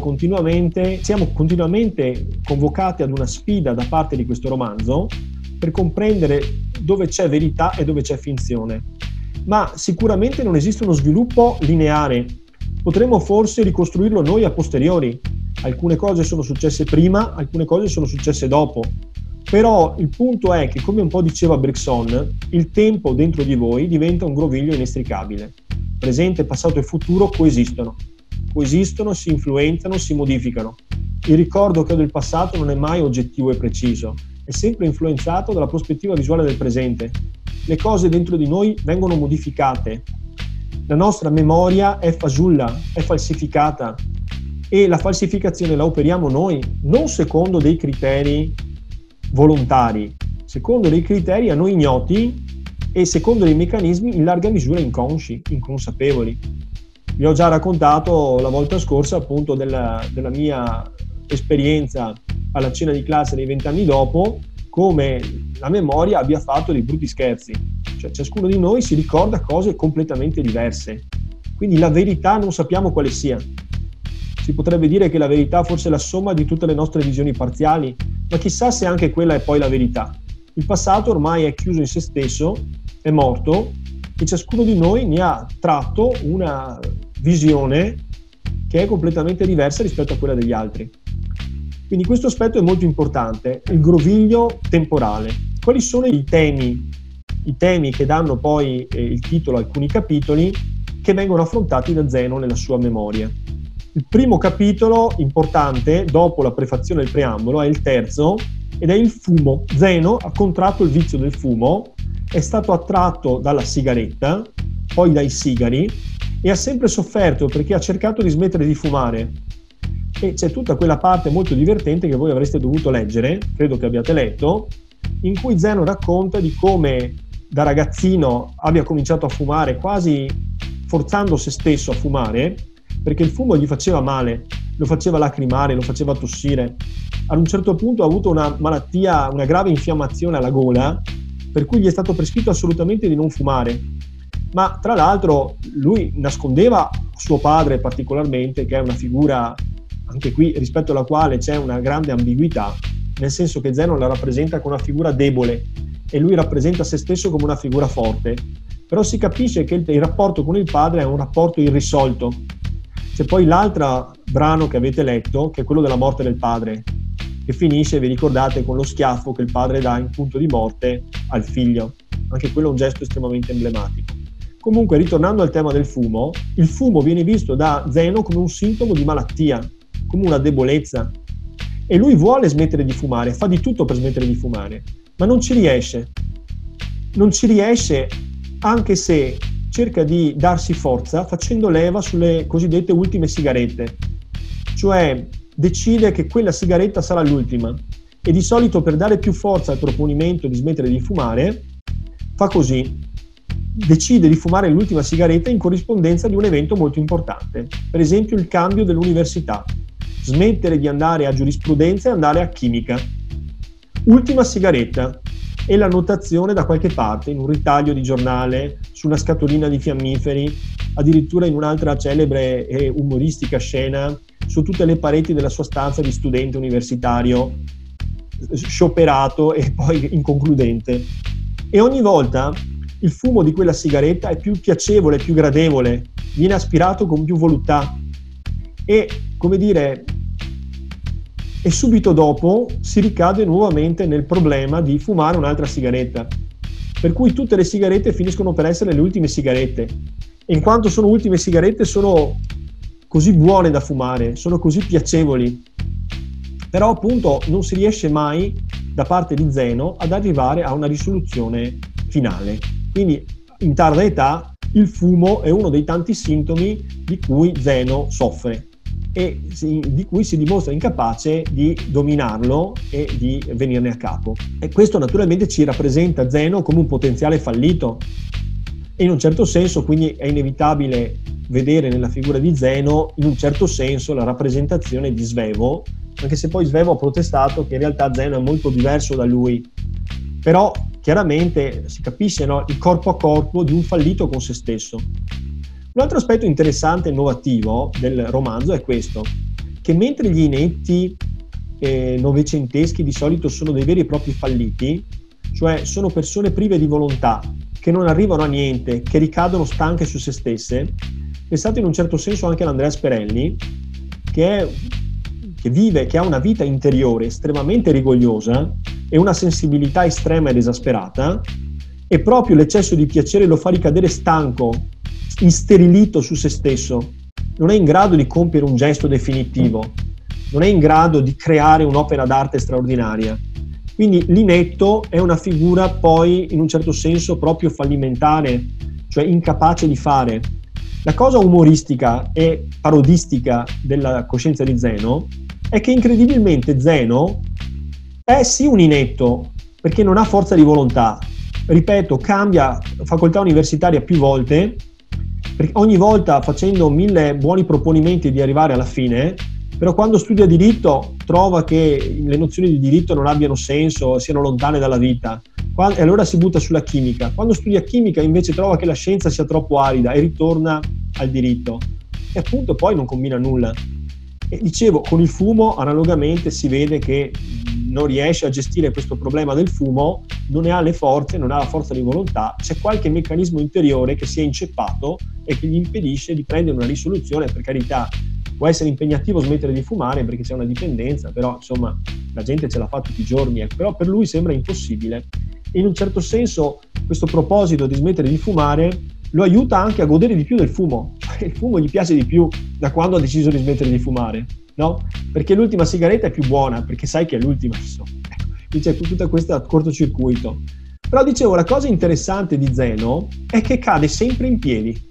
siamo continuamente convocati ad una sfida da parte di questo romanzo per comprendere dove c'è verità e dove c'è finzione. Ma sicuramente non esiste uno sviluppo lineare. Potremmo forse ricostruirlo noi a posteriori. Alcune cose sono successe prima, alcune cose sono successe dopo. Però il punto è che, come un po' diceva Bergson, il tempo dentro di voi diventa un groviglio inestricabile. Presente, passato e futuro coesistono, si influenzano, si modificano. Il ricordo che ho del passato non è mai oggettivo e preciso, è sempre influenzato dalla prospettiva visuale del presente. Le cose dentro di noi vengono modificate. La nostra memoria è fasulla, è falsificata e la falsificazione la operiamo noi, non secondo dei criteri volontari, secondo dei criteri a noi ignoti e secondo dei meccanismi in larga misura inconsci, inconsapevoli. Vi ho già raccontato la volta scorsa appunto della mia esperienza alla cena di classe dei 20 anni dopo, come la memoria abbia fatto dei brutti scherzi. Cioè ciascuno di noi si ricorda cose completamente diverse. Quindi la verità non sappiamo quale sia. Si potrebbe dire che la verità forse è la somma di tutte le nostre visioni parziali, ma chissà se anche quella è poi la verità. Il passato ormai è chiuso in se stesso, è morto, e ciascuno di noi ne ha tratto una visione che è completamente diversa rispetto a quella degli altri. Quindi questo aspetto è molto importante, il groviglio temporale. Quali sono i temi che danno poi il titolo a alcuni capitoli che vengono affrontati da Zeno nella sua memoria? Il primo capitolo importante, dopo la prefazione del preambolo, è il terzo ed è il fumo. Zeno ha contratto il vizio del fumo, è stato attratto dalla sigaretta, poi dai sigari e ha sempre sofferto perché ha cercato di smettere di fumare. E c'è tutta quella parte molto divertente che voi avreste dovuto leggere, credo che abbiate letto, in cui Zeno racconta di come da ragazzino abbia cominciato a fumare quasi forzando se stesso a fumare, perché il fumo gli faceva male, lo faceva lacrimare, lo faceva tossire. Ad un certo punto ha avuto una malattia, una grave infiammazione alla gola, per cui gli è stato prescritto assolutamente di non fumare. Ma tra l'altro lui nascondeva suo padre particolarmente, che è una figura anche qui rispetto alla quale c'è una grande ambiguità, nel senso che Zeno la rappresenta come una figura debole e lui rappresenta se stesso come una figura forte, però si capisce che il rapporto con il padre è un rapporto irrisolto. C'è poi l'altro brano che avete letto, che è quello della morte del padre, che finisce, vi ricordate, con lo schiaffo che il padre dà in punto di morte al figlio. Anche quello è un gesto estremamente emblematico. Comunque, ritornando al tema del fumo, il fumo viene visto da Zeno come un sintomo di malattia, come una debolezza. E lui vuole smettere di fumare, fa di tutto per smettere di fumare, ma non ci riesce. Non ci riesce anche se cerca di darsi forza facendo leva sulle cosiddette ultime sigarette. Cioè decide che quella sigaretta sarà l'ultima e di solito per dare più forza al proponimento di smettere di fumare fa così: decide di fumare l'ultima sigaretta in corrispondenza di un evento molto importante, per esempio il cambio dell'università, smettere di andare a giurisprudenza e andare a chimica. Ultima sigaretta, e la notazione da qualche parte, in un ritaglio di giornale, su una scatolina di fiammiferi, addirittura in un'altra celebre e umoristica scena, su tutte le pareti della sua stanza di studente universitario, scioperato e poi inconcludente. E ogni volta il fumo di quella sigaretta è più piacevole, più gradevole, viene aspirato con più voluttà e, come dire, e subito dopo si ricade nuovamente nel problema di fumare un'altra sigaretta. Per cui tutte le sigarette finiscono per essere le ultime sigarette. E in quanto sono ultime sigarette, sono così buone da fumare, sono così piacevoli. Però appunto non si riesce mai da parte di Zeno ad arrivare a una risoluzione finale. Quindi in tarda età il fumo è uno dei tanti sintomi di cui Zeno soffre e di cui si dimostra incapace di dominarlo e di venirne a capo. E questo naturalmente ci rappresenta Zeno come un potenziale fallito e in un certo senso quindi è inevitabile vedere nella figura di Zeno in un certo senso la rappresentazione di Svevo, anche se poi Svevo ha protestato che in realtà Zeno è molto diverso da lui, però chiaramente si capisce, no, il corpo a corpo di un fallito con se stesso. Un altro aspetto interessante e innovativo del romanzo è questo, che mentre gli inetti novecenteschi di solito sono dei veri e propri falliti, cioè sono persone prive di volontà, che non arrivano a niente, che ricadono stanche su se stesse, pensate in un certo senso anche all'Andrea Sperelli, che ha una vita interiore estremamente rigogliosa e una sensibilità estrema ed esasperata, e proprio l'eccesso di piacere lo fa ricadere stanco, isterilito su se stesso, non è in grado di compiere un gesto definitivo, non è in grado di creare un'opera d'arte straordinaria. Quindi l'inetto è una figura poi in un certo senso proprio fallimentare, cioè incapace di fare. La cosa umoristica e parodistica della coscienza di Zeno è che incredibilmente Zeno è sì un inetto, perché non ha forza di volontà. Ripeto, cambia facoltà universitaria più volte, ogni volta facendo 1000 buoni proponimenti di arrivare alla fine, però quando studia diritto trova che le nozioni di diritto non abbiano senso, siano lontane dalla vita, e allora si butta sulla chimica. Quando studia chimica invece trova che la scienza sia troppo arida e ritorna al diritto, e appunto poi non combina nulla. E dicevo, con il fumo analogamente si vede che non riesce a gestire questo problema del fumo, non ne ha le forze, non ha la forza di volontà, c'è qualche meccanismo interiore che si è inceppato e che gli impedisce di prendere una risoluzione. Per carità, può essere impegnativo smettere di fumare perché c'è una dipendenza, però insomma la gente ce la fa tutti i giorni, però per lui sembra impossibile. E in un certo senso questo proposito di smettere di fumare lo aiuta anche a godere di più del fumo. Il fumo gli piace di più da quando ha deciso di smettere di fumare, no? Perché l'ultima sigaretta è più buona, perché sai che è l'ultima, insomma. Quindi c'è tutto questo cortocircuito. Però dicevo, la cosa interessante di Zeno è che cade sempre in piedi.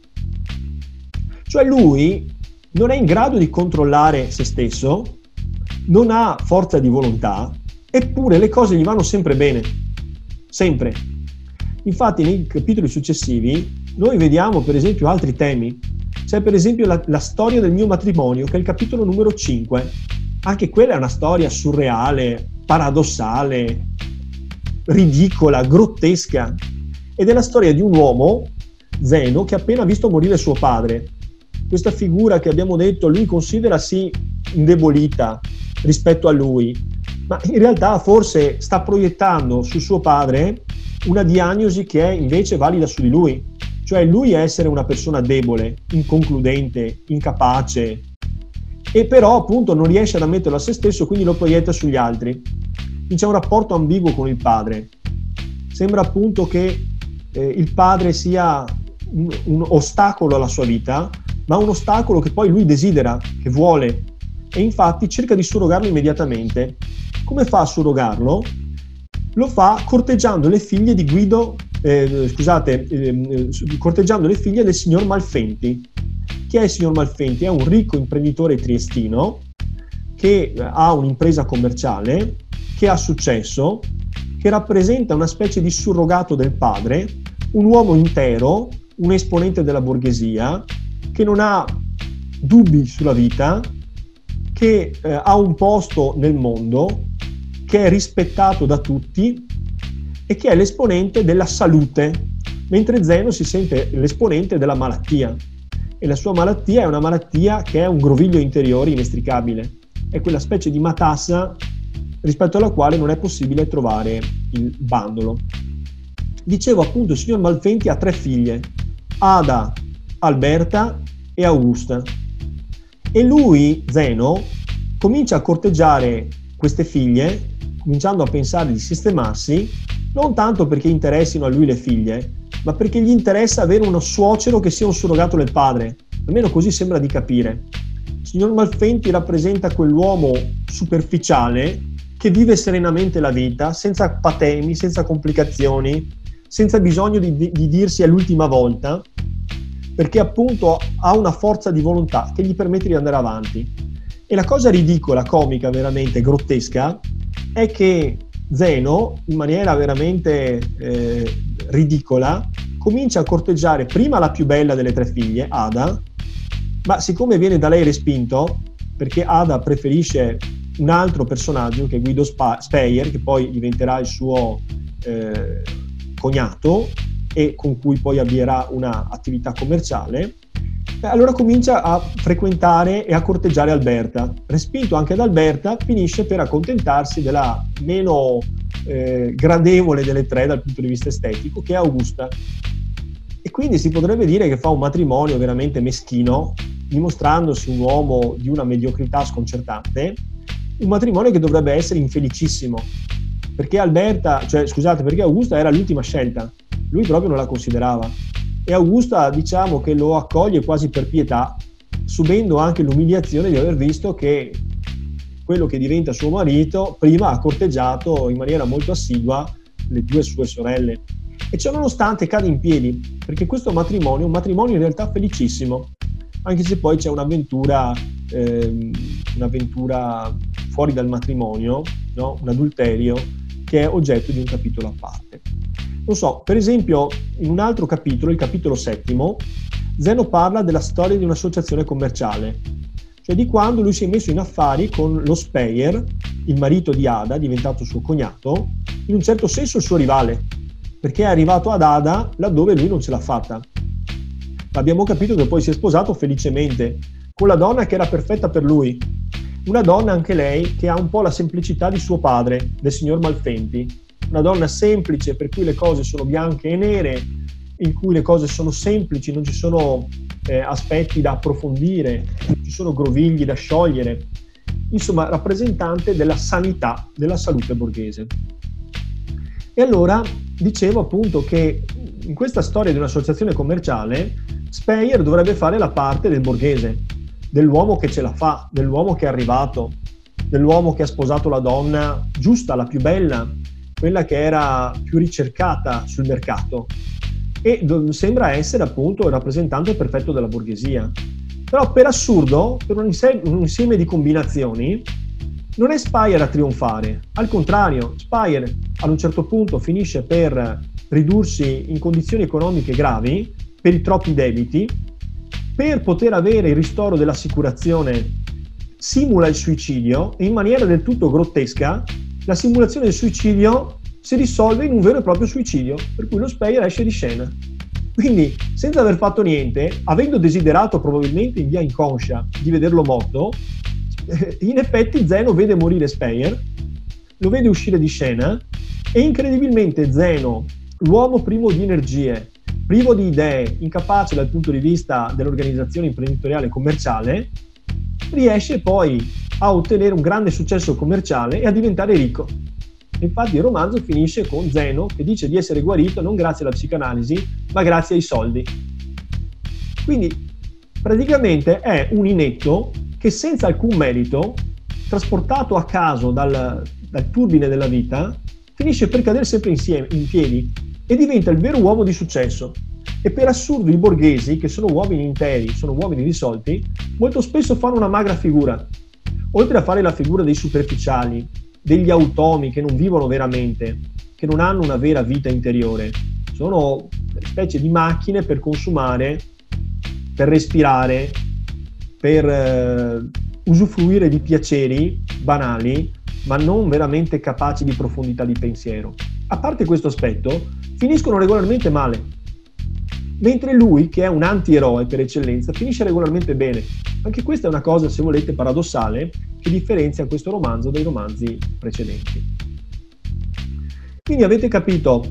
Cioè lui non è in grado di controllare se stesso, non ha forza di volontà, eppure le cose gli vanno sempre bene. Sempre. Infatti nei capitoli successivi noi vediamo per esempio altri temi. C'è per esempio la storia del mio matrimonio, che è il capitolo numero 5. Anche quella è una storia surreale, paradossale, ridicola, grottesca. Ed è la storia di un uomo, Zeno, che ha appena visto morire suo padre. Questa figura che abbiamo detto lui considera sì indebolita rispetto a lui, ma in realtà forse sta proiettando su suo padre una diagnosi che è invece valida su di lui, cioè lui è essere una persona debole, inconcludente, incapace, e però appunto non riesce ad ammetterlo a se stesso, quindi lo proietta sugli altri. Quindi c'è un rapporto ambiguo con il padre. Sembra appunto che il padre sia un ostacolo alla sua vita, ma un ostacolo che poi lui desidera, che vuole, e infatti cerca di surrogarlo immediatamente. Come fa a surrogarlo? Lo fa corteggiando le figlie di Guido, corteggiando le figlie del signor Malfenti. Chi è il signor Malfenti? È un ricco imprenditore triestino che ha un'impresa commerciale, che ha successo, che rappresenta una specie di surrogato del padre, un uomo intero, un esponente della borghesia, che non ha dubbi sulla vita, che ha un posto nel mondo, che è rispettato da tutti e che è l'esponente della salute, mentre Zeno si sente l'esponente della malattia. E la sua malattia è una malattia che è un groviglio interiore inestricabile. È quella specie di matassa rispetto alla quale non è possibile trovare il bandolo. Dicevo appunto, il signor Malfenti ha 3 figlie, Ada, Alberta e Augusta. E lui, Zeno, comincia a corteggiare queste figlie, cominciando a pensare di sistemarsi, non tanto perché interessino a lui le figlie, ma perché gli interessa avere uno suocero che sia un surrogato del padre. Almeno così sembra di capire. Il signor Malfenti rappresenta quell'uomo superficiale che vive serenamente la vita, senza patemi, senza complicazioni, senza bisogno di dirsi è l'ultima volta, perché appunto ha una forza di volontà che gli permette di andare avanti. E la cosa ridicola, comica, veramente grottesca, è che Zeno, in maniera veramente ridicola, comincia a corteggiare prima la più bella delle 3 figlie, Ada, ma siccome viene da lei respinto, perché Ada preferisce un altro personaggio che è Guido Speyer, che poi diventerà il suo cognato e con cui poi avvierà un'attività commerciale, allora comincia a frequentare e a corteggiare Alberta. Respinto anche da Alberta, finisce per accontentarsi della meno gradevole delle 3 dal punto di vista estetico, che è Augusta. E quindi si potrebbe dire che fa un matrimonio veramente meschino, dimostrandosi un uomo di una mediocrità sconcertante, un matrimonio che dovrebbe essere infelicissimo, perché perché Augusta era l'ultima scelta, lui proprio non la considerava. E Augusta, diciamo che lo accoglie quasi per pietà, subendo anche l'umiliazione di aver visto che quello che diventa suo marito prima ha corteggiato in maniera molto assidua le 2 sue sorelle. E ciò nonostante cade in piedi, perché questo matrimonio è un matrimonio in realtà felicissimo, anche se poi c'è un'avventura fuori dal matrimonio, no? Un adulterio che è oggetto di un capitolo a parte. Non so, per esempio, in un altro capitolo, il capitolo 7, Zeno parla della storia di un'associazione commerciale, cioè di quando lui si è messo in affari con lo Speyer, il marito di Ada, diventato suo cognato, in un certo senso il suo rivale, perché è arrivato ad Ada laddove lui non ce l'ha fatta. Abbiamo capito che poi si è sposato felicemente con la donna che era perfetta per lui, una donna anche lei che ha un po' la semplicità di suo padre, del signor Malfenti, una donna semplice per cui le cose sono bianche e nere, in cui le cose sono semplici, non ci sono aspetti da approfondire, non ci sono grovigli da sciogliere, insomma rappresentante della sanità, della salute borghese. E allora dicevo appunto che in questa storia di un'associazione commerciale Speyer dovrebbe fare la parte del borghese, dell'uomo che ce la fa, dell'uomo che è arrivato, dell'uomo che ha sposato la donna giusta, la più bella, quella che era più ricercata sul mercato, e sembra essere appunto il rappresentante perfetto della borghesia. Però per assurdo, per un insieme di combinazioni, non è Speyer a trionfare, al contrario, Speyer ad un certo punto finisce per ridursi in condizioni economiche gravi per i troppi debiti, per poter avere il ristoro dell'assicurazione simula il suicidio e in maniera del tutto grottesca la simulazione del suicidio si risolve in un vero e proprio suicidio, per cui lo Speyer esce di scena. Quindi, senza aver fatto niente, avendo desiderato probabilmente in via inconscia di vederlo morto, in effetti Zeno vede morire Speyer, lo vede uscire di scena e incredibilmente Zeno, l'uomo privo di energie, privo di idee, incapace dal punto di vista dell'organizzazione imprenditoriale e commerciale, riesce poi a ottenere un grande successo commerciale e a diventare ricco. Infatti il romanzo finisce con Zeno che dice di essere guarito non grazie alla psicanalisi, ma grazie ai soldi. Quindi praticamente è un inetto che senza alcun merito, trasportato a caso dal turbine della vita, finisce per cadere sempre in piedi e diventa il vero uomo di successo. E per assurdo i borghesi, che sono uomini interi, sono uomini risolti, molto spesso fanno una magra figura. Oltre a fare la figura dei superficiali, degli automi che non vivono veramente, che non hanno una vera vita interiore, sono delle specie di macchine per consumare, per respirare, per usufruire di piaceri banali, ma non veramente capaci di profondità di pensiero. A parte questo aspetto, finiscono regolarmente male. Mentre lui, che è un antieroe per eccellenza, finisce regolarmente bene. Anche questa è una cosa, se volete, paradossale, che differenzia questo romanzo dai romanzi precedenti. Quindi avete capito,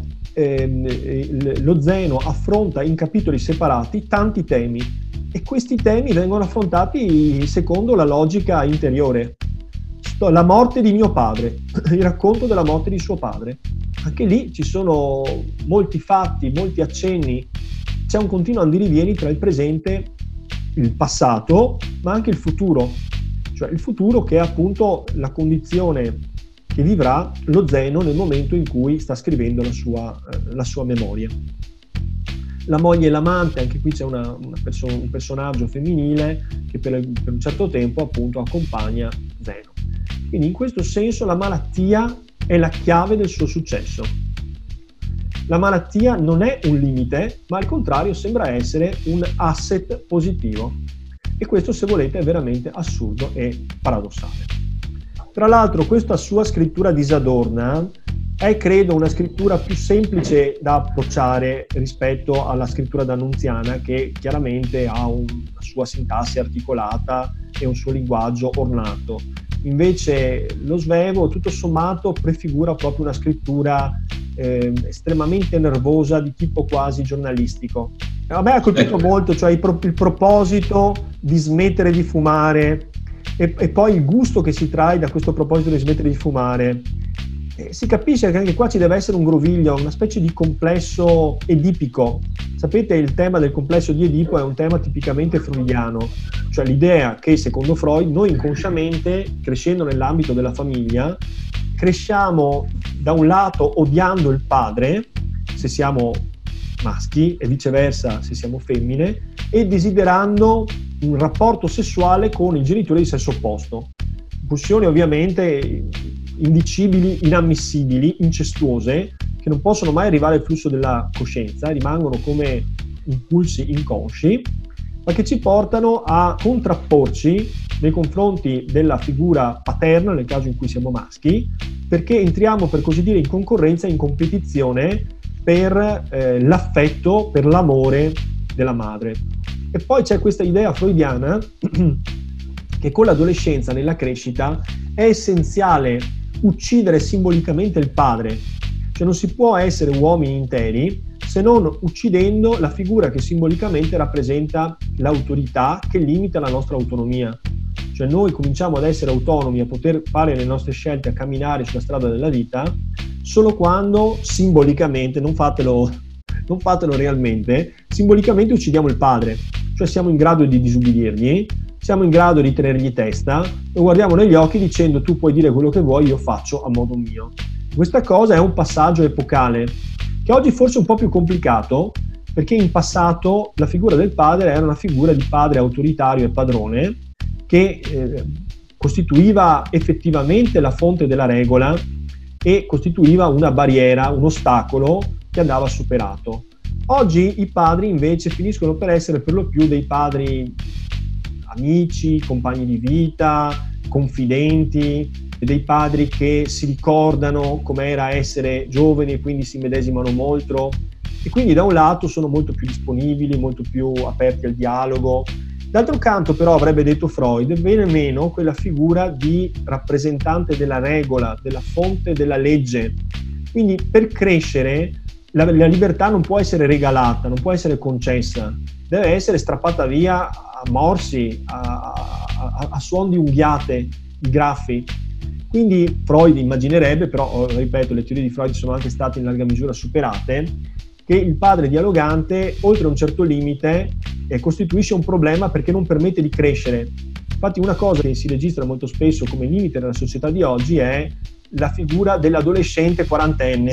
lo Zeno affronta in capitoli separati tanti temi, e questi temi vengono affrontati secondo la logica interiore. La morte di mio padre, il racconto della morte di suo padre. Anche lì ci sono molti fatti, molti accenni, c'è un continuo andirivieni tra il presente, il passato, ma anche il futuro. Cioè il futuro che è appunto la condizione che vivrà lo Zeno nel momento in cui sta scrivendo la sua memoria. La moglie e l'amante, anche qui c'è un personaggio femminile che per un certo tempo appunto accompagna Zeno. Quindi in questo senso la malattia è la chiave del suo successo. La malattia non è un limite, ma al contrario sembra essere un asset positivo. E questo, se volete, è veramente assurdo e paradossale. Tra l'altro questa sua scrittura disadorna è, credo, una scrittura più semplice da approcciare rispetto alla scrittura d'Annunziana, che chiaramente ha una sua sintassi articolata e un suo linguaggio ornato. Invece lo Svevo, tutto sommato, prefigura proprio una scrittura estremamente nervosa, di tipo quasi giornalistico. A me ha colpito molto, cioè il proposito di smettere di fumare e poi il gusto che si trae da questo proposito di smettere di fumare. Si capisce che anche qua ci deve essere un groviglio, una specie di complesso edipico. Sapete, il tema del complesso di Edipo è un tema tipicamente freudiano, cioè l'idea che, secondo Freud, noi inconsciamente, crescendo nell'ambito della famiglia, cresciamo da un lato odiando il padre, se siamo maschi, e viceversa se siamo femmine, e desiderando un rapporto sessuale con il genitore di sesso opposto. Pulsioni ovviamente indicibili, inammissibili, incestuose, che non possono mai arrivare al flusso della coscienza, rimangono come impulsi inconsci, ma che ci portano a contrapporci nei confronti della figura paterna, nel caso in cui siamo maschi, perché entriamo, per così dire, in concorrenza, in competizione per l'affetto, per l'amore della madre. E poi c'è questa idea freudiana che con l'adolescenza, nella crescita, è essenziale uccidere simbolicamente il padre. Cioè non si può essere uomini interi se non uccidendo la figura che simbolicamente rappresenta l'autorità che limita la nostra autonomia. Cioè noi cominciamo ad essere autonomi, a poter fare le nostre scelte, a camminare sulla strada della vita, solo quando simbolicamente, non fatelo realmente, simbolicamente uccidiamo il padre. Cioè siamo in grado di disubbidirgli, siamo in grado di tenergli testa, lo guardiamo negli occhi dicendo: tu puoi dire quello che vuoi, io faccio a modo mio. Questa cosa è un passaggio epocale, che oggi forse è un po' più complicato, perché in passato la figura del padre era una figura di padre autoritario e padrone, che costituiva effettivamente la fonte della regola e costituiva una barriera, un ostacolo che andava superato. Oggi i padri invece finiscono per essere per lo più dei padri amici, compagni di vita, confidenti, dei padri che si ricordano com'era essere giovani e quindi si medesimano molto, e quindi da un lato sono molto più disponibili, molto più aperti al dialogo, D'altro canto, però, avrebbe detto Freud, viene meno quella figura di rappresentante della regola, della fonte della legge. Quindi per crescere la libertà non può essere regalata, non può essere concessa, deve essere strappata via a morsi, a suon di unghiate, di graffi. Quindi Freud immaginerebbe, però ripeto, le teorie di Freud sono anche state in larga misura superate, che il padre dialogante, oltre un certo limite, costituisce un problema perché non permette di crescere. Infatti una cosa che si registra molto spesso come limite nella società di oggi è la figura dell'adolescente quarantenne,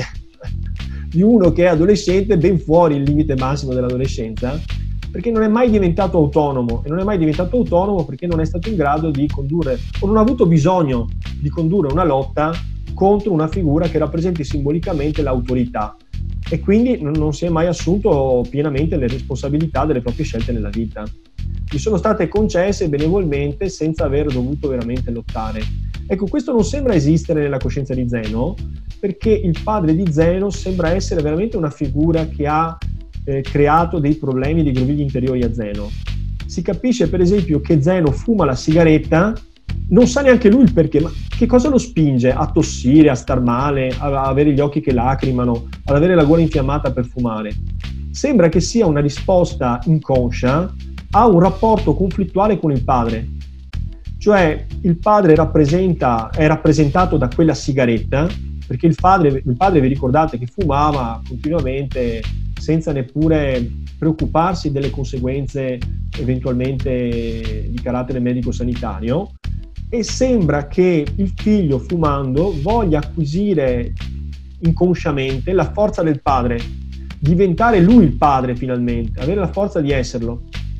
di uno che è adolescente ben fuori il limite massimo dell'adolescenza, perché non è mai diventato autonomo, e non è mai diventato autonomo perché non è stato in grado di condurre, o non ha avuto bisogno di condurre una lotta contro una figura che rappresenti simbolicamente l'autorità, e quindi non si è mai assunto pienamente le responsabilità delle proprie scelte nella vita. Gli sono state concesse benevolmente senza aver dovuto veramente lottare. Ecco, questo non sembra esistere nella coscienza di Zeno, perché il padre di Zeno sembra essere veramente una figura che ha creato dei problemi, dei grovigli interiori a Zeno. Si capisce per esempio che Zeno fuma la sigaretta, non sa neanche lui il perché, ma che cosa lo spinge a tossire, a star male, a avere gli occhi che lacrimano, ad avere la gola infiammata per fumare. Sembra che sia una risposta inconscia a un rapporto conflittuale con il padre. Cioè il padre è rappresentato da quella sigaretta, perché il padre, vi ricordate, che fumava continuamente senza neppure preoccuparsi delle conseguenze eventualmente di carattere medico-sanitario, e sembra che il figlio, fumando, voglia acquisire inconsciamente la forza del padre, diventare lui il padre finalmente, avere la forza di esserlo.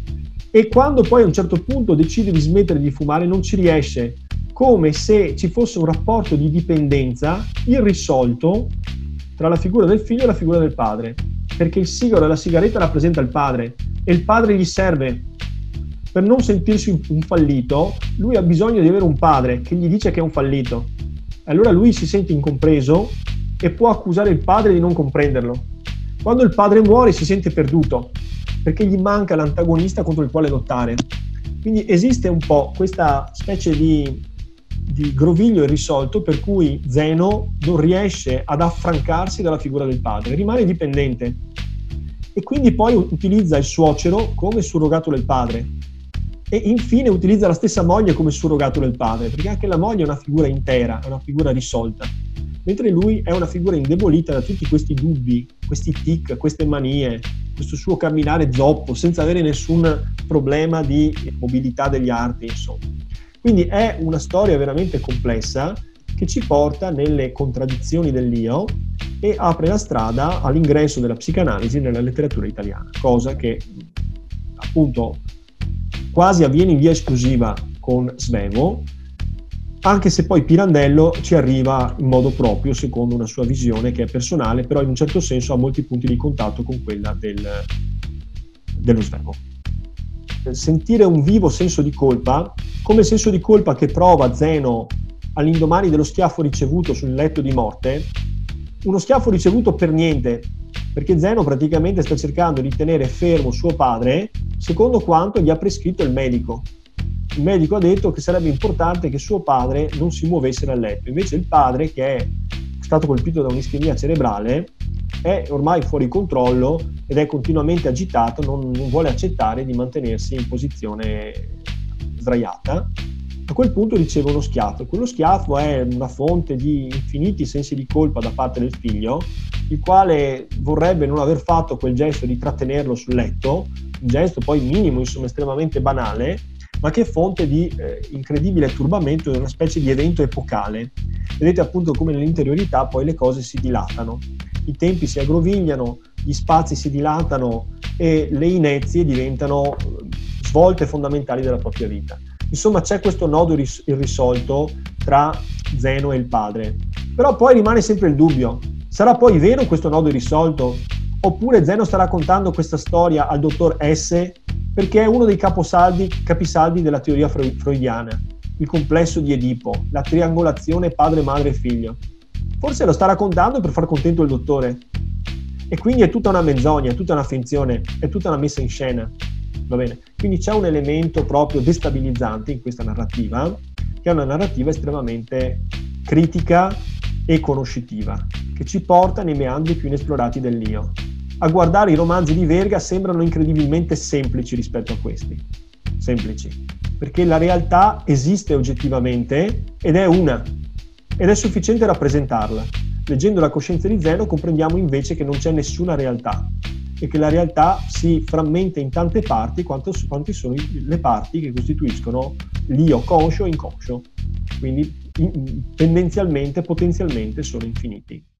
E quando poi a un certo punto decide di smettere di fumare non ci riesce, come se ci fosse un rapporto di dipendenza irrisolto tra la figura del figlio e la figura del padre, perché il sigaro e la sigaretta rappresenta il padre e il padre gli serve. Per non sentirsi un fallito, lui ha bisogno di avere un padre che gli dice che è un fallito. Allora lui si sente incompreso e può accusare il padre di non comprenderlo. Quando il padre muore si sente perduto, perché gli manca l'antagonista contro il quale lottare. Quindi esiste un po' questa specie di groviglio irrisolto per cui Zeno non riesce ad affrancarsi dalla figura del padre, rimane dipendente e quindi poi utilizza il suocero come surrogato del padre e infine utilizza la stessa moglie come surrogato del padre, perché anche la moglie è una figura intera, è una figura risolta, mentre lui è una figura indebolita da tutti questi dubbi, questi tic, queste manie, questo suo camminare zoppo senza avere nessun problema di mobilità degli arti, insomma. Quindi è una storia veramente complessa che ci porta nelle contraddizioni dell'io e apre la strada all'ingresso della psicanalisi nella letteratura italiana, cosa che appunto quasi avviene in via esclusiva con Svevo, anche se poi Pirandello ci arriva in modo proprio secondo una sua visione che è personale, però in un certo senso ha molti punti di contatto con quella dello Svevo. Sentire un vivo senso di colpa, come il senso di colpa che prova Zeno all'indomani dello schiaffo ricevuto sul letto di morte, uno schiaffo ricevuto per niente, perché Zeno praticamente sta cercando di tenere fermo suo padre secondo quanto gli ha prescritto il medico. Il medico ha detto che sarebbe importante che suo padre non si muovesse dal letto, invece il padre, che è stato colpito da un'ischemia cerebrale, è ormai fuori controllo ed è continuamente agitato, non vuole accettare di mantenersi in posizione sdraiata. A quel punto riceve uno schiaffo e quello schiaffo è una fonte di infiniti sensi di colpa da parte del figlio, il quale vorrebbe non aver fatto quel gesto di trattenerlo sul letto, un gesto poi minimo, insomma estremamente banale, ma che è fonte di incredibile turbamento e una specie di evento epocale. Vedete appunto come nell'interiorità poi le cose si dilatano, i tempi si aggrovigliano, gli spazi si dilatano e le inezie diventano svolte fondamentali della propria vita. Insomma c'è questo nodo irrisolto tra Zeno e il padre, però poi rimane sempre il dubbio: sarà poi vero questo nodo irrisolto? Oppure Zeno sta raccontando questa storia al dottor S perché è uno dei capisaldi della teoria freudiana, il complesso di Edipo, la triangolazione padre, madre e figlio. Forse lo sta raccontando per far contento il dottore. E quindi è tutta una menzogna, è tutta una finzione, è tutta una messa in scena. Va bene? Quindi c'è un elemento proprio destabilizzante in questa narrativa, che è una narrativa estremamente critica e conoscitiva, che ci porta nei meandri più inesplorati dell'io. A guardare i romanzi di Verga sembrano incredibilmente semplici rispetto a questi. Semplici. Perché la realtà esiste oggettivamente ed è una. Ed è sufficiente rappresentarla. Leggendo La coscienza di Zeno comprendiamo invece che non c'è nessuna realtà e che la realtà si frammenta in tante parti quanto sono le parti che costituiscono l'io conscio e inconscio. Quindi tendenzialmente, potenzialmente sono infiniti.